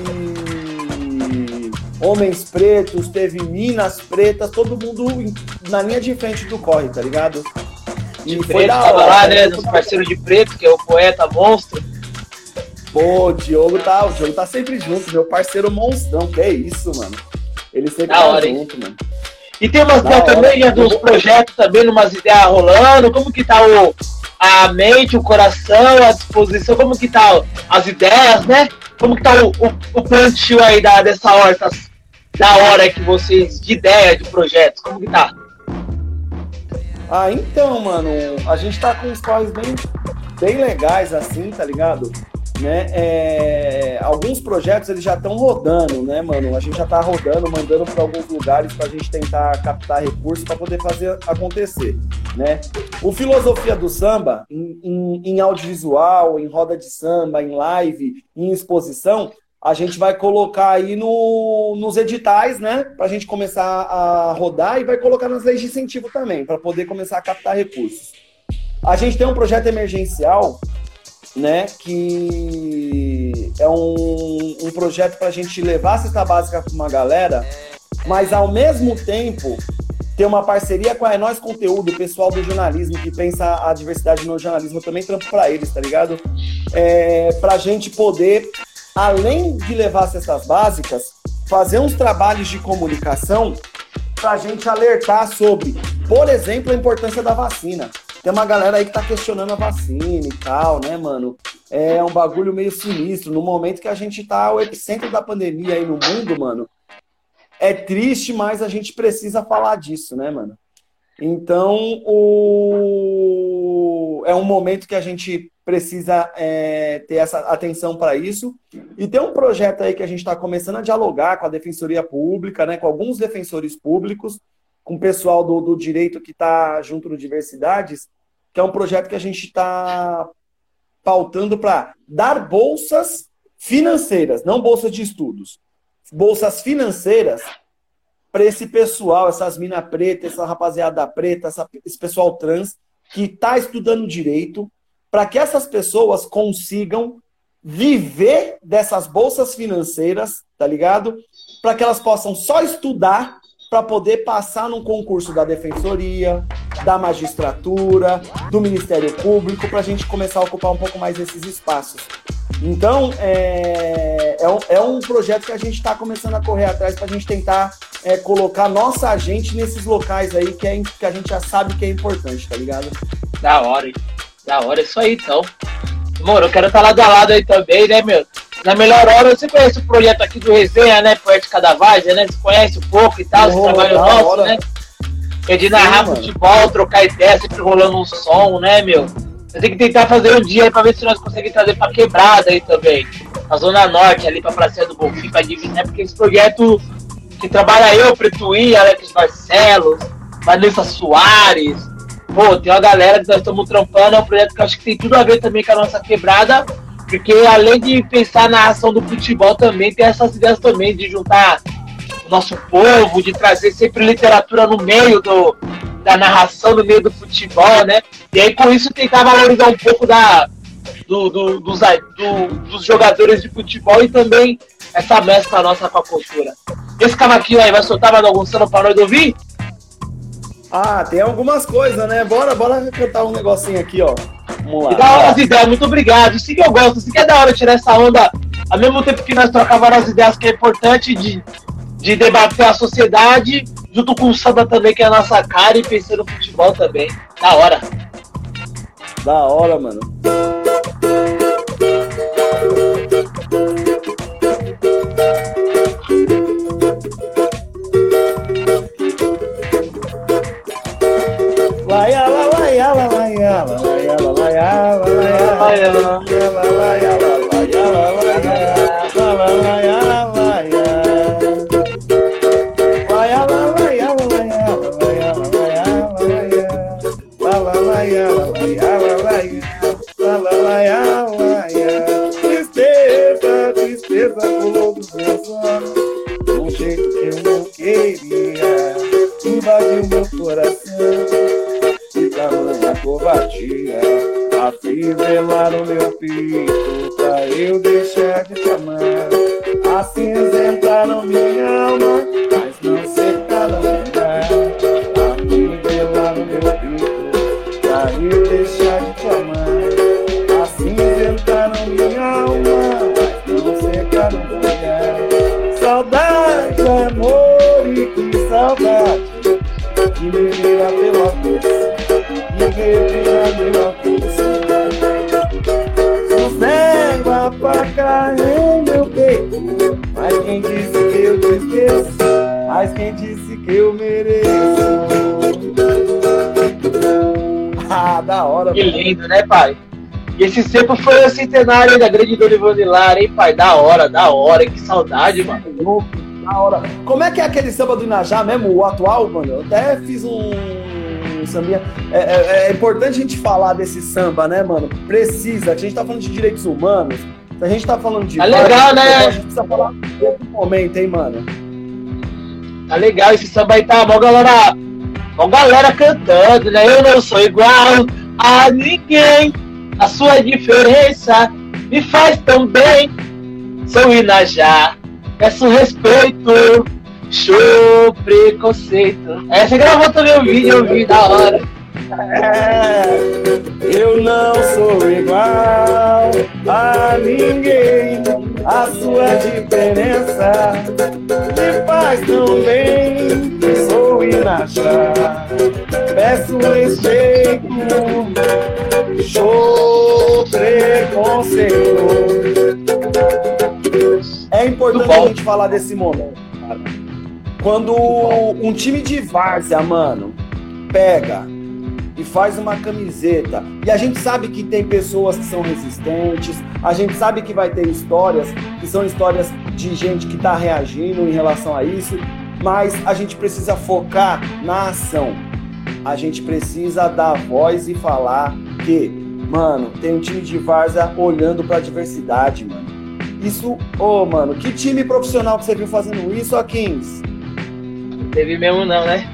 homens pretos, teve minas pretas, todo mundo na linha de frente do corre, tá ligado? E de foi preto, da hora, tava lá, né, dos parceiros de preto, que é o poeta monstro. Pô, o Diogo tá, o Diogo tá sempre junto, meu parceiro monstrão, que é isso, mano. Ele sempre da tá hora, junto, hein? Mano. E tem umas ideias também, já dos projetos também, umas ideias rolando, como que tá o, a mente, o coração, a disposição, como que tá o, as ideias, né? Como que tá o, o, o plantio aí da, dessa horta da hora que vocês, de ideia, de projetos, como que tá? Ah, então, mano, a gente tá com uns corres bem, bem legais assim, tá ligado? Né? É, alguns projetos eles já estão rodando, né, mano? A gente já tá rodando, mandando para alguns lugares para a gente tentar captar recursos para poder fazer acontecer, né? O Filosofia do Samba, em, em, em audiovisual, em roda de samba, em live, em exposição, a gente vai colocar aí no, nos editais, né? Para a gente começar a rodar e vai colocar nas leis de incentivo também, para poder começar a captar recursos. A gente tem um projeto emergencial, né, que é um, um projeto para a gente levar a cesta básica para uma galera, mas ao mesmo tempo ter uma parceria com a É Nós Conteúdo, o pessoal do jornalismo que pensa a diversidade no jornalismo, eu também trampo para eles, tá ligado? É, para a gente poder, além de levar cestas básicas, fazer uns trabalhos de comunicação para a gente alertar sobre, por exemplo, a importância da vacina. Tem uma galera aí que tá questionando a vacina e tal, né, mano? É um bagulho meio sinistro. No momento que a gente tá o epicentro da pandemia aí no mundo, mano, é triste, mas a gente precisa falar disso, né, mano? Então, o... é um momento que a gente precisa é, ter essa atenção para isso. E tem um projeto aí que a gente tá começando a dialogar com a Defensoria Pública, né, com alguns defensores públicos, com o pessoal do, do direito que está junto no Diversidades, que é um projeto que a gente está pautando para dar bolsas financeiras, não bolsas de estudos, bolsas financeiras para esse pessoal, essas minas pretas, essa rapaziada preta, essa, esse pessoal trans que está estudando direito, para que essas pessoas consigam viver dessas bolsas financeiras, tá ligado? Para que elas possam só estudar para poder passar num concurso da Defensoria, da Magistratura, do Ministério Público, para a gente começar a ocupar um pouco mais esses espaços. Então, é, é, um, é um projeto que a gente está começando a correr atrás para a gente tentar é, colocar nossa gente nesses locais aí que, é, que a gente já sabe que é importante, tá ligado? Da hora, hein? Da hora, isso aí, então. Mano, eu quero estar lado a lado aí também, né, meu? Na melhor hora, você conhece o projeto aqui do Resenha, né? Poética da Várzea, né? Você conhece um pouco e tal, esse trabalho nosso, hora. né? É de narrar Sim, futebol, mano. trocar ideia, sempre rolando um som, né, meu? Você tem que tentar fazer um dia aí pra ver se nós conseguimos trazer pra Quebrada aí também. Na Zona Norte, ali pra Praça do Bonfim, pra dividir, né? Porque esse projeto que trabalha eu, Pretuí, Alex Barcelos, Vanessa Soares, pô, tem uma galera que nós estamos trampando, é um projeto que eu acho que tem tudo a ver também com a nossa Quebrada, porque além de pensar na ação do futebol, também tem essas ideias também de juntar o nosso povo, de trazer sempre literatura no meio do, da narração, no meio do futebol, né? E aí com isso tentar valorizar um pouco da, do, do, dos, do, dos jogadores de futebol e também essa mescla nossa com a cultura. Esse cavaquinho aí vai soltar mais algum samba para nós ouvir? Ah, tem algumas coisas, né? Bora, bora cantar um negocinho aqui, ó. Vamos lá. E da hora as ideias, muito obrigado. Isso que eu gosto, isso que é da hora tirar essa onda, ao mesmo tempo que nós trocamos as ideias que é importante de, de debater a sociedade, junto com o samba também, que é a nossa cara, e pensando no futebol também. Da hora. Da hora, mano. Laia, la, laia, la, laia, la, laia, la, laia, la, laia, la, laia, la, laia, la, laia, la, laia, la, laia, la, laia. Laia, la, laia, la, laia, la, laia, la, laia, la, laia, la, laia, la, laia, la, laia, la, laia, laia. Tristeza, tristeza pulou dos meus olhos, de um jeito que eu não queria, invadiu meu coração. E tamanha covardia, afivelar no meu peito, pra eu deixar de te amar. Acinzentaram minha alma, mas não secaram minha. Afivelar no meu peito, pra eu deixar de te amar. Acinzentaram minha alma, mas não secaram minha. Saudade, amor, e que saudade, que me vira pela força. Sossego a faca em meu peito, mas quem disse que eu te esqueço, mas quem disse que eu mereço. Ah, da hora. Que lindo, né, pai? E esse sempre foi o centenário da grande Dona Ivone Lara, hein, pai? Da hora, da hora, que saudade, mano. Da hora. Como é que é aquele samba do Inajá mesmo, o atual, mano? Eu até fiz um... Sambinha. É, é, é importante a gente falar desse samba, né, mano? Precisa, a gente tá falando de direitos humanos, a gente tá falando de... Tá legal, né? A gente precisa falar desse momento, hein, mano? Tá legal, esse samba aí tá mó galera, mó galera cantando, né? Eu não sou igual a ninguém, a sua diferença me faz tão bem. Sou Inajá, peço respeito, show preconceito. Essa gravou também o vídeo, eu vi, da hora. É, eu não sou igual a ninguém, a sua diferença me faz tão bem. Sou Inajá, peço respeito, show preconceito. É importante a gente falar desse momento, cara. Quando um time de várzea, mano, pega e faz uma camiseta, e a gente sabe que tem pessoas que são resistentes, a gente sabe que vai ter histórias, que são histórias de gente que tá reagindo em relação a isso, mas a gente precisa focar na ação. A gente precisa dar voz e falar que, mano, tem um time de várzea olhando pra diversidade, mano. Isso, ô, oh, mano, que time profissional que você viu fazendo isso, ó, Kings? Teve mesmo não, né?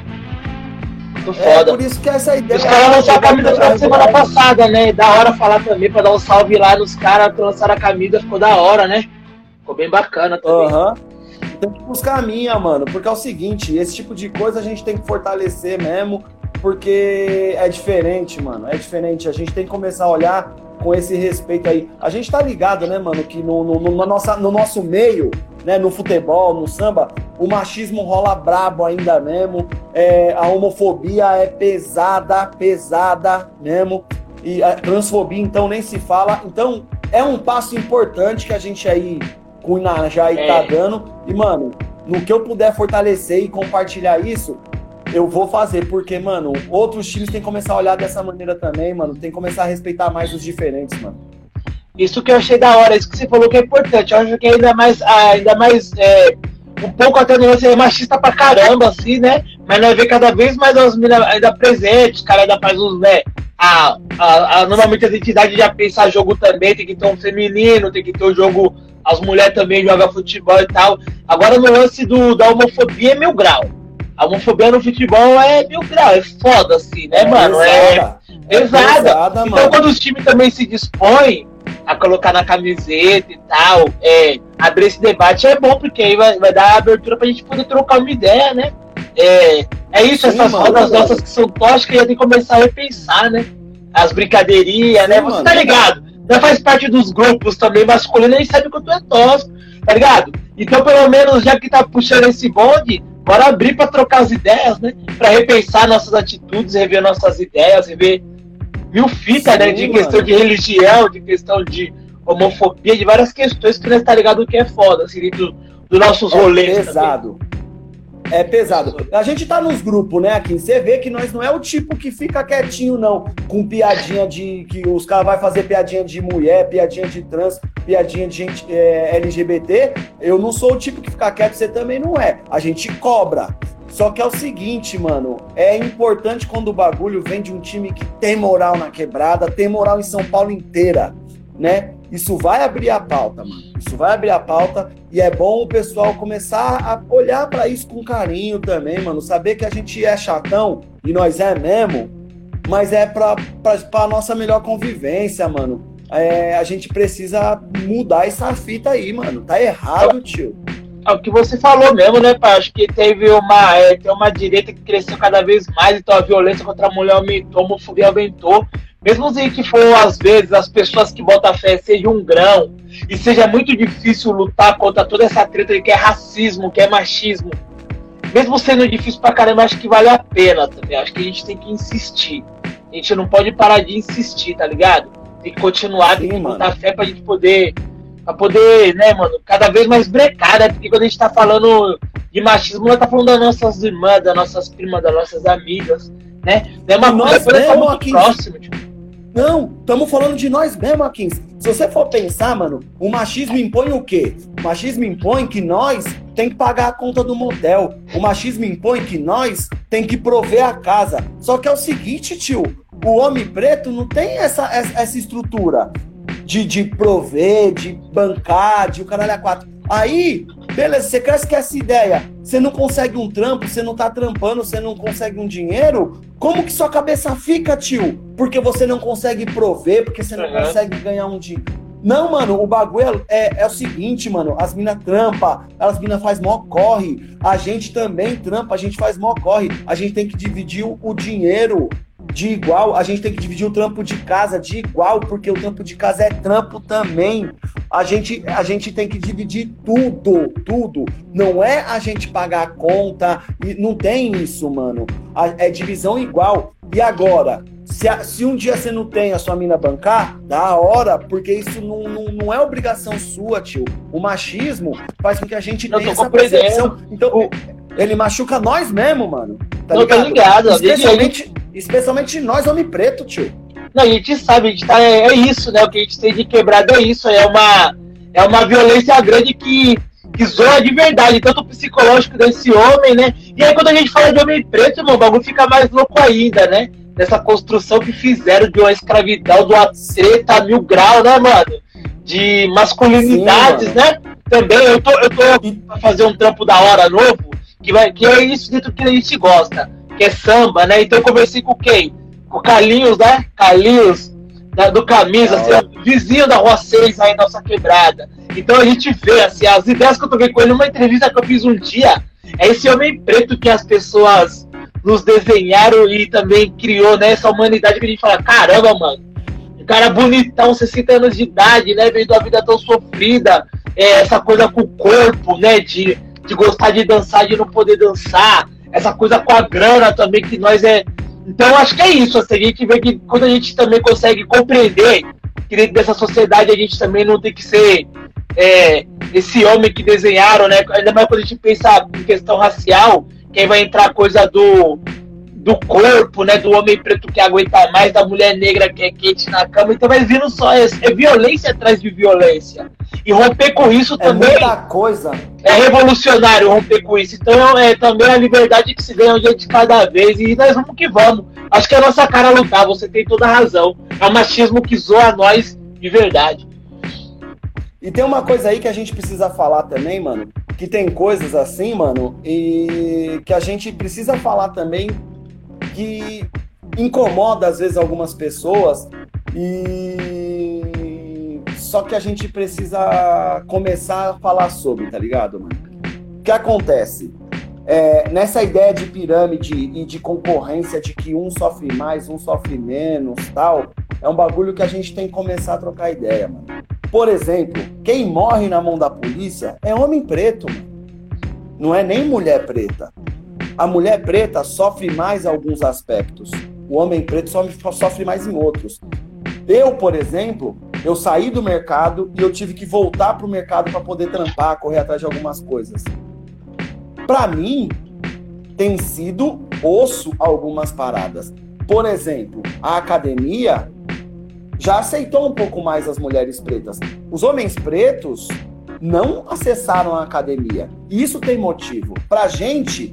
Muito é, foda. Por isso que essa ideia... Os caras lançaram a camisa na semana passada, né? Da hora falar também, pra dar um salve lá nos caras que lançaram a camisa, ficou da hora, né? Ficou bem bacana também. Aham. Uhum. Tem que buscar a minha, mano, porque é o seguinte, esse tipo de coisa a gente tem que fortalecer mesmo, porque é diferente, mano, é diferente. A gente tem que começar a olhar com esse respeito aí. A gente tá ligado, né, mano, que no, no, no, nossa, no nosso meio, né, no futebol, no samba, o machismo rola brabo ainda mesmo, é, a homofobia é pesada, pesada mesmo, e a transfobia, então, nem se fala. Então, é um passo importante que a gente aí, com o Inajá aí, é. tá dando. E, mano, no que eu puder fortalecer e compartilhar isso, eu vou fazer, porque, mano, outros times têm que começar a olhar dessa maneira também, mano. Tem que começar a respeitar mais os diferentes, mano. Isso que eu achei da hora, isso que você falou que é importante. Eu acho que ainda mais, ainda mais é, um pouco até no lance é machista pra caramba, assim, né? Mas nós vê cada vez mais as meninas ainda presentes, os caras ainda faz uns, né? A, a, a, normalmente as entidades já pensam jogo também, tem que ter um feminino, tem que ter um jogo, as mulheres também jogam futebol e tal. Agora no lance do, da homofobia é mil grau. A homofobia no futebol é mil grau, é foda assim, né, é mano? Pesada. É pesada. É pesada, então mano, quando os times também se dispõem a colocar na camiseta e tal, é, abrir esse debate é bom, porque aí vai, vai dar abertura pra gente poder trocar uma ideia, né? É, é isso, sim, essas mano, rodas mano. nossas que são tóxicas, já tem que começar a repensar, né? As brincadeirinhas, né? Você mano. tá ligado? Já faz parte dos grupos também masculinos, a gente sabe que tu é tóxico, tá ligado? Então, pelo menos, já que tá puxando esse bonde, bora abrir para trocar as ideias, né? Para repensar nossas atitudes, rever nossas ideias, rever mil fitas, né? De questão mano. de religião, de questão de homofobia, de várias questões que nós tá ligado que é foda, assim, do, do nossos é rolês. Pesado. Também. É pesado. A gente tá nos grupos, né, aqui. Você vê que nós não é o tipo que fica quietinho, não. Com piadinha de... Que os caras vão fazer piadinha de mulher, piadinha de trans, piadinha de gente é, L G B T. Eu não sou o tipo que fica quieto, você também não é. A gente cobra. Só que é o seguinte, mano. É importante quando o bagulho vem de um time que tem moral na quebrada, tem moral em São Paulo inteira, né? Isso vai abrir a pauta, mano. Isso vai abrir a pauta e é bom o pessoal começar a olhar pra isso com carinho também, mano. Saber que a gente é chatão, e nós é mesmo, mas é pra, pra, pra nossa melhor convivência, mano. É, a gente precisa mudar essa fita aí, mano. Tá errado, tio. É o que você falou mesmo, né, pai? Acho que teve uma, é, tem uma direita que cresceu cada vez mais, então a violência contra a mulher aumentou, a homofobia aumentou. Mesmo assim que for, às vezes, as pessoas que botam fé sejam um grão e seja muito difícil lutar contra toda essa treta que é racismo, que é machismo, mesmo sendo difícil pra caramba, acho que vale a pena também. Acho que a gente tem que insistir. A gente não pode parar de insistir, tá ligado? Tem que continuar, Sim, tem que botar fé pra gente poder, pra poder, né, mano, cada vez mais brecar, né? Porque quando a gente tá falando de machismo, nós tá falando das nossas irmãs, das nossas primas, das nossas amigas, né? Não é uma coisa que tá muito próxima, tipo. Não, estamos falando de nós mesmo, Akins. Se você for pensar, mano, o machismo impõe o quê? O machismo impõe que nós tem que pagar a conta do motel. O machismo impõe que nós tem que prover a casa. Só que é o seguinte, tio, o homem preto não tem essa, essa, essa estrutura de, de prover, de bancar, de o caralho a quatro. Aí, beleza, você cresce com essa ideia, você não consegue um trampo, você não tá trampando, você não consegue um dinheiro, como que sua cabeça fica, tio? Porque você não consegue prover, porque você não uhum. consegue ganhar um dinheiro. Não, mano, o bagulho é, é o seguinte, mano, as minas trampa, as minas faz mó corre, a gente também trampa, a gente faz mó corre, a gente tem que dividir o, o dinheiro de igual, a gente tem que dividir o trampo de casa de igual, porque o trampo de casa é trampo também. A gente, a gente tem que dividir tudo, tudo. Não é a gente pagar a conta, e não tem isso, mano. A, é divisão igual. E agora, se, a, se um dia você não tem a sua mina bancar, da hora, porque isso não, não, não é obrigação sua, tio. O machismo faz com que a gente tenha essa percepção. Então, o, ele machuca nós mesmo, mano. Tá não, ligado? Tá ligado. Especialmente, especialmente nós, homem preto, tio. Não, a gente sabe, a gente tá, é, é isso, né? O que a gente tem de quebrado é isso. É uma, é uma violência grande que, que zoa de verdade, tanto o psicológico desse homem, né? E aí quando a gente fala de homem preto, irmão, o bagulho fica mais louco ainda, né? Dessa construção que fizeram de uma escravidão, de uma treta a mil graus, né, mano? De masculinidades, Sim, né? Também, eu tô, eu tô pra fazer um trampo da hora novo, que, vai, que é isso dentro que a gente gosta, que é samba, né? Então eu conversei com quem? Com o Carlinhos, né? Carlinhos, da, do Camisa, assim, vizinho da Rua seis aí, nossa quebrada. Então a gente vê, assim, as ideias que eu troquei com ele numa entrevista que eu fiz um dia, é esse homem preto que as pessoas nos desenharam e também criou, né? Essa humanidade que a gente fala, caramba, mano, um cara bonitão, sessenta anos de idade, né? Veio de uma vida tão sofrida, é, essa coisa com o corpo, né? De, de gostar de dançar, de não poder dançar, essa coisa com a grana também, que nós é... Então, acho que é isso, assim, a gente vê que quando a gente também consegue compreender que dentro dessa sociedade a gente também não tem que ser é, esse homem que desenharam, né? Ainda mais quando a gente pensa em questão racial, que aí vai entrar a coisa do, do corpo, né? Do homem preto que aguenta mais, da mulher negra que é quente na cama. Então vai vindo só, é, é violência atrás de violência. E romper com isso é também... muita coisa. É revolucionário romper com isso. Então é também a liberdade que se ganha um dia de cada vez. E nós vamos que vamos. Acho que é a nossa cara lutar. Você tem toda a razão. É o machismo que zoa nós de verdade. E tem uma coisa aí que a gente precisa falar também, mano. Que tem coisas assim, mano. E que a gente precisa falar também. Que incomoda às vezes algumas pessoas. E... Só que a gente precisa começar a falar sobre, tá ligado, mano? O que acontece? É, nessa ideia de pirâmide e de concorrência, de que um sofre mais, um sofre menos, tal, é um bagulho que a gente tem que começar a trocar ideia, mano. Por exemplo, quem morre na mão da polícia é homem preto, mano. Não é nem mulher preta. a mulher preta sofre mais em alguns aspectos. O homem preto sofre, sofre mais em outros. Eu, por exemplo, eu saí do mercado e eu tive que voltar pro mercado para poder trampar, correr atrás de algumas coisas. Para mim, tem sido osso algumas paradas. Por exemplo, a academia já aceitou um pouco mais as mulheres pretas. Os homens pretos não acessaram a academia. Isso tem motivo. Pra gente,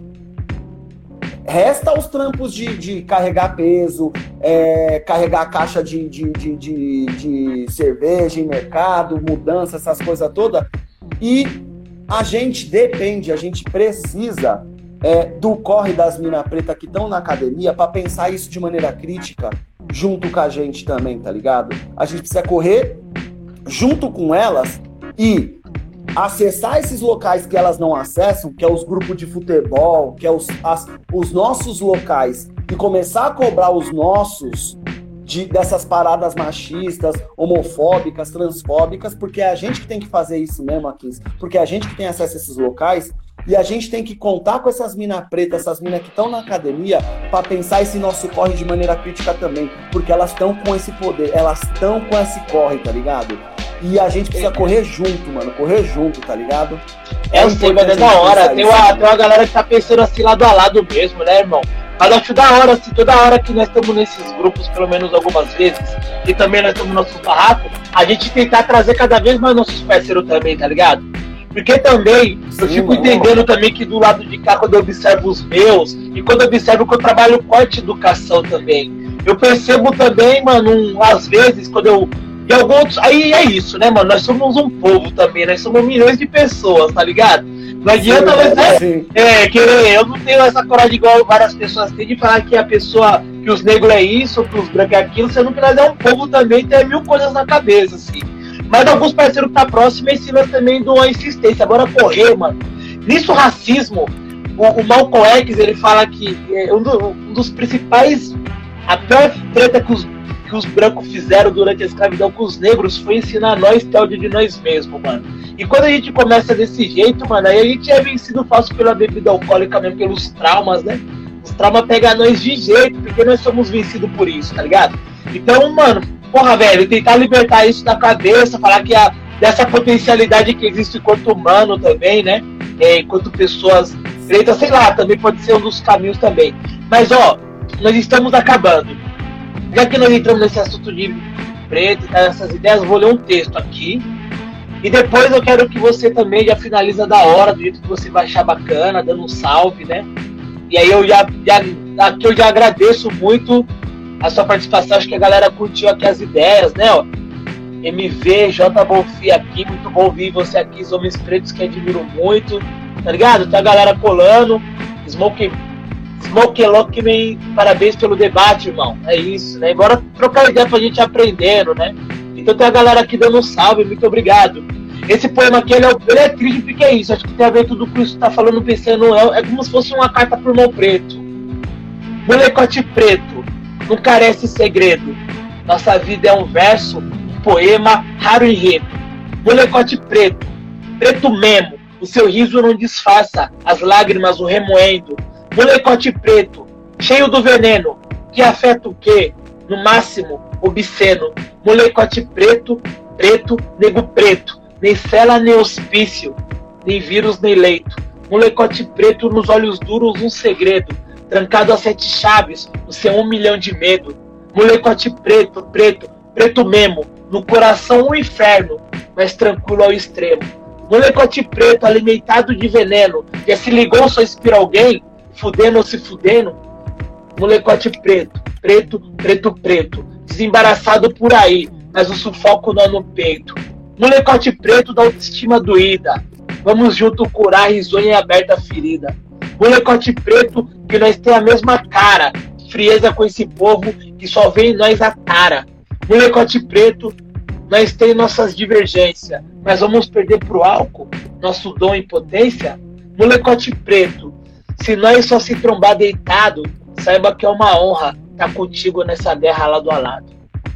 resta os trampos de, de carregar peso, é, carregar a caixa de, de, de, de, de cerveja em mercado, mudança, essas coisas todas. E a gente depende, a gente precisa é, do corre das minas pretas que estão na academia para pensar isso de maneira crítica junto com a gente também, tá ligado? A gente precisa correr junto com elas e acessar esses locais que elas não acessam, que é os grupos de futebol, que é os, as, os nossos locais, e começar a cobrar os nossos de, dessas paradas machistas, homofóbicas, transfóbicas, porque é a gente que tem que fazer isso mesmo aqui, porque é a gente que tem acesso a esses locais, e a gente tem que contar com essas minas pretas, essas minas que estão na academia, para pensar esse nosso corre de maneira crítica também, porque elas estão com esse poder, elas estão com esse corre, tá ligado? E a gente precisa correr junto, mano, correr junto, tá ligado? É, eu sei, mas é da hora, tem uma, tem uma galera que tá pensando assim lado a lado mesmo, né, irmão? Mas acho da hora, assim, toda hora que nós estamos nesses grupos, pelo menos algumas vezes, e também nós estamos no nosso barraco, a gente tentar trazer cada vez mais nossos parceiros também, tá ligado? Porque também, Sim, eu fico mano. entendendo também que do lado de cá, quando eu observo os meus, e quando eu observo que eu trabalho corte educação também, eu percebo também, mano, um, às vezes, quando eu... E alguns, aí é isso, né, mano? Nós somos um povo também, nós somos milhões de pessoas, tá ligado? Não adianta você é, querer, eu não tenho essa coragem igual várias pessoas têm de falar que a pessoa, que os negros é isso, que os brancos é aquilo, sendo que nós é um povo também, tem mil coisas na cabeça, assim. Mas alguns parceiros que tá próximo ensinam também de uma insistência, bora correr, mano. Nisso, racismo, o, o Malcolm X, ele fala que é, um, do, um dos principais, a pior treta que os que os brancos fizeram durante a escravidão com os negros foi ensinar nós ter ódio de nós mesmos, mano. E quando a gente começa desse jeito, mano, aí a gente é vencido fácil pela bebida alcoólica mesmo, pelos traumas, né? Os traumas pegam nós de jeito, porque nós somos vencidos por isso, tá ligado? Então, mano, porra, velho, tentar libertar isso da cabeça, falar que a, dessa potencialidade que existe enquanto humano também, né? É, enquanto pessoas pretas, sei lá, também pode ser um dos caminhos também. Mas, ó, nós estamos acabando. Já que nós entramos nesse assunto de preto e essas ideias, eu vou ler um texto aqui. E depois eu quero que você também já finaliza da hora, do jeito que você vai achar bacana, dando um salve, né? E aí eu já, já, aqui eu já agradeço muito a sua participação, acho que a galera curtiu aqui as ideias, né? Ó, M V, J. Bonfim aqui, muito bom ouvir você aqui, os homens pretos que admiro muito, tá ligado? Tem a galera colando, Smoke... Smoke Lockman, parabéns pelo debate, irmão. É isso, né? Bora trocar ideia pra gente aprendendo, né? Então tem a galera aqui dando um salve, muito obrigado. Esse poema aqui, ele é, ele é triste porque é isso. Acho que tem a ver tudo com isso que tá falando, pensando. É, é como se fosse uma carta pro irmão preto. Molecote preto, não carece segredo. Nossa vida é um verso, um poema raro e raro. Molecote preto, preto mesmo. O seu riso não disfarça as lágrimas o remoendo. Molecote preto, cheio do veneno, que afeta o quê? No máximo, obsceno. Molecote preto, preto, nego preto, nem cela nem hospício, nem vírus nem leito. Molecote preto, nos olhos duros um segredo, trancado a sete chaves, o seu um milhão de medo. Molecote preto, preto, preto mesmo, no coração um inferno, mas tranquilo ao extremo. Molecote preto, alimentado de veneno, já se ligou, só inspira alguém? Fudendo ou se fudendo, molecote preto, preto, preto, preto, desembaraçado por aí, mas o sufoco não no peito. Molecote preto da autoestima doída, vamos junto curar risonha e aberta a ferida. Molecote preto que nós tem a mesma cara, frieza com esse povo que só vê em nós a tara. Molecote preto, nós tem nossas divergências, mas vamos perder pro álcool nosso dom e potência? Molecote preto, se nós só se trombar deitado, saiba que é uma honra estar contigo nessa guerra lado a lado.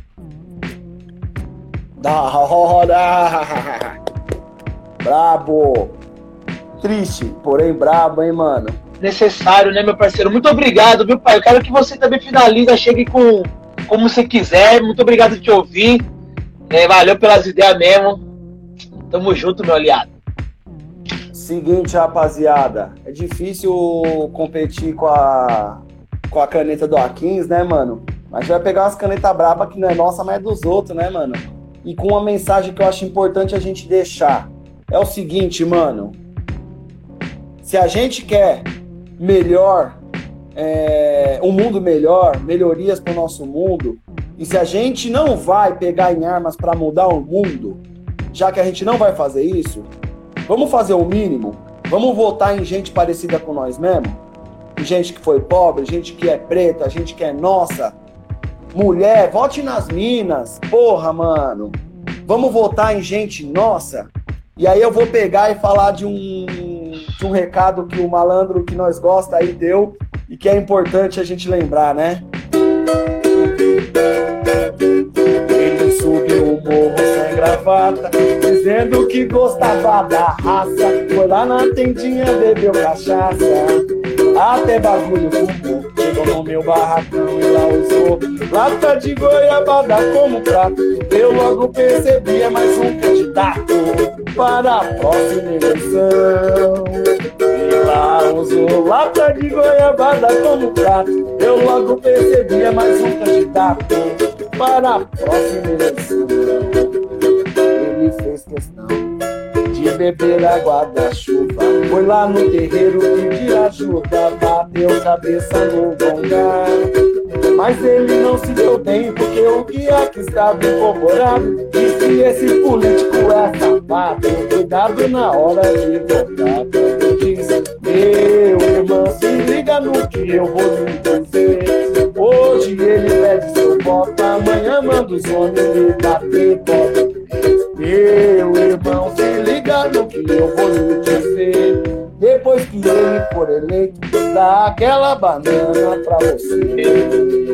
Da hora! Brabo! Triste, porém brabo, hein, mano? necessário, né, meu parceiro? Muito obrigado, viu, pai? Eu quero que você também finalize, chegue com como você quiser. Muito obrigado por te ouvir. É, valeu pelas ideias mesmo. Tamo junto, meu aliado. Seguinte, rapaziada, é difícil competir com a, com a caneta do A quinze, né, mano? Mas vai pegar umas canetas brabas que não é nossa, mas é dos outros, né, mano? E com uma mensagem que eu acho importante a gente deixar. É o seguinte, mano. Se a gente quer melhor, é, um mundo melhor, melhorias pro nosso mundo, e se a gente não vai pegar em armas para mudar o mundo, já que a gente não vai fazer isso, vamos fazer o mínimo, vamos votar em gente parecida com nós mesmo, gente que foi pobre, gente que é preta, gente que é nossa, mulher, vote nas minas, porra, mano, vamos votar em gente nossa. E aí eu vou pegar e falar de um, de um recado que o malandro que nós gosta aí deu e que é importante a gente lembrar, né? Ele subiu o morro sem gravata, dizendo que gostava da raça. Foi lá na tendinha, bebeu cachaça, até bagulho fumou. Chegou no meu barracão e lá usou lata de goiabada como prato. Eu logo percebi, é mais um candidato para a próxima eleição. E lá usou lata de goiabada como prato. Eu logo percebi, é mais um candidato para a próxima eleição. Ele fez questão de beber água da chuva, foi lá no terreiro pedir ajuda, bateu cabeça no gongar. Mas ele não se deu bem, porque o guia que estava incorporado disse: esse político é safado, cuidado na hora de votar. Eu disse: meu irmão, se liga no que eu vou lhe dizer. Hoje ele pede seu voto, amanhã manda os homens lhe bater voto. Meu irmão, se liga no que eu vou lhe dizer. Depois que ele for eleito, dá aquela banana pra você.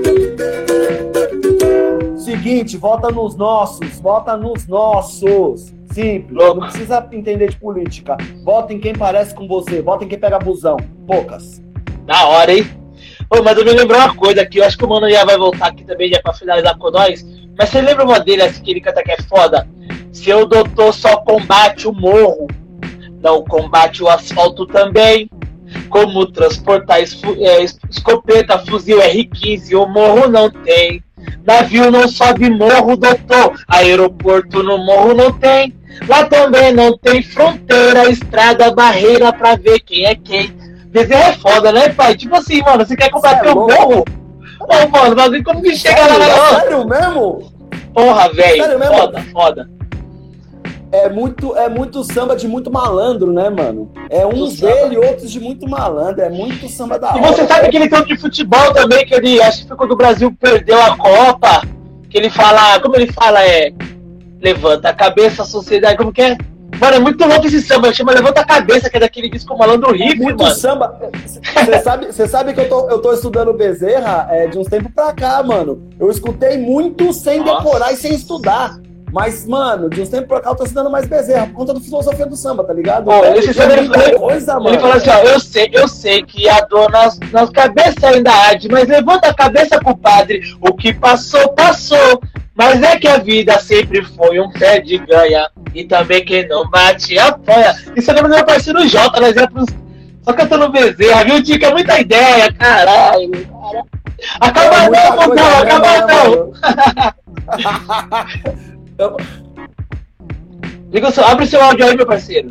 Seguinte, vota nos nossos, vota nos nossos. Simples, não precisa entender de política. Vota em quem parece com você, vota em quem pega busão. Poucas. Da hora, hein? Ô, mas eu me lembrei uma coisa aqui, eu acho que o Mano já vai voltar aqui também, já pra finalizar com nós. Mas você lembra uma dele, assim, que ele canta que é foda? Seu doutor só combate o morro, não combate o asfalto também. Como transportar é, escopeta, fuzil R quinze, o morro não tem. Navio não sobe morro, doutor. Aeroporto no morro não tem. Lá também não tem fronteira, estrada, barreira pra ver quem é quem. Desenho é foda, né, pai? Tipo assim, mano, você quer combater é o morro? Ô, mano, mas como que chega sério, lá na sério mesmo? Porra, velho, foda, foda. É muito, é muito samba de muito malandro, né, mano? É uns dele e outros de muito malandro. É muito samba da hora. E você sabe aquele tanto de futebol também, que ele, acho que foi quando o Brasil perdeu a Copa, que ele fala, como ele fala, é, levanta a cabeça, sociedade, como que é? Mano, é muito louco esse samba, chama Levanta a Cabeça, que é daquele disco Malandro Riff, é muito mano. Samba. Você sabe, sabe que eu tô, eu tô estudando Bezerra é, de uns tempos pra cá, mano. Eu escutei muito sem Nossa. decorar e sem estudar. Mas, mano, de uns tempos pra cá eu tô estudando mais Bezerra, por conta da filosofia do samba, tá ligado? Oh, esse samba ele, ele, coisa, ele mano. fala assim, ó, eu sei, eu sei que a dor nas, nas cabeças ainda arde, mas levanta a cabeça, compadre, o que passou, passou. Mas é que a vida sempre foi um pé de ganha, e também quem não bate, apoia. Isso lembra do meu parceiro Jota, nós é pros... Só cantando Bezerra, viu, Dica? É muita ideia, caralho, cara. Acaba é não, Montão, acaba não. Eu... Liga o seu, abre o seu áudio aí, meu parceiro.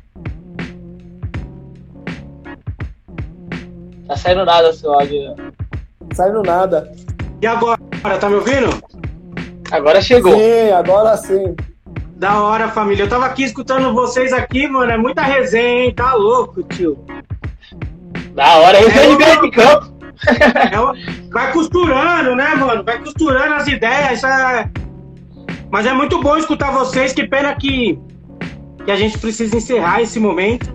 Tá saindo nada o seu áudio. Saindo nada. E agora? Tá me ouvindo? Agora chegou. Sim, agora sim. Da hora, família. Eu tava aqui escutando vocês aqui, mano. É muita resenha, hein? Tá louco, tio. Da hora, resenha de é de campo. É uma... Vai costurando, né, mano? Vai costurando as ideias. Isso é... Mas é muito bom escutar vocês, que pena que, que a gente precisa encerrar esse momento.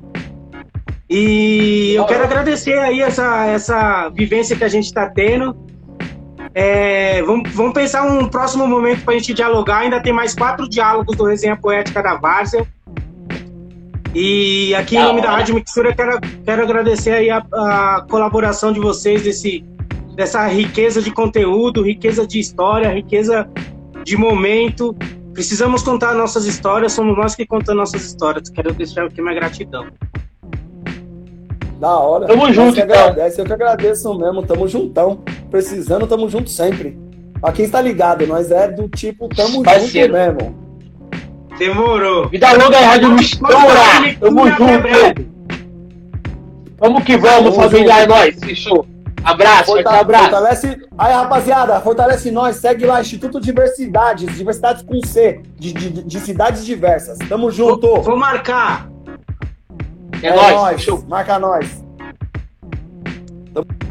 E eu quero agradecer aí essa, essa vivência que a gente está tendo. É, vamos, vamos pensar um próximo momento para a gente dialogar. Ainda tem mais quatro diálogos do Resenha Poética da Várzea. E aqui em nome da Rádio Mixtura, eu quero, quero agradecer aí a, a colaboração de vocês, desse, dessa riqueza de conteúdo, riqueza de história, riqueza de momento. Precisamos contar nossas histórias, somos nós que contamos nossas histórias. Quero deixar aqui minha gratidão. Da hora. Tamo junto, que então. agradece, eu que agradeço mesmo, tamo juntão. Precisando, tamo junto sempre. Pra quem está ligado, nós é do tipo, tamo Parceiro. junto mesmo. Demorou. Vida longa e Rádio Mistura. Tamo junto. Vamos que vamos, Tamo família, é junto. nóis. Fechou. Abraço, forte Forta- abraço. Fortalece. Aí, rapaziada, fortalece nós. Segue lá, Instituto Diversidades. Diversidades com C. De, de, de cidades diversas. Tamo junto. Vou, vou marcar. É, nóis. Fechou. Marca nós. Tamo-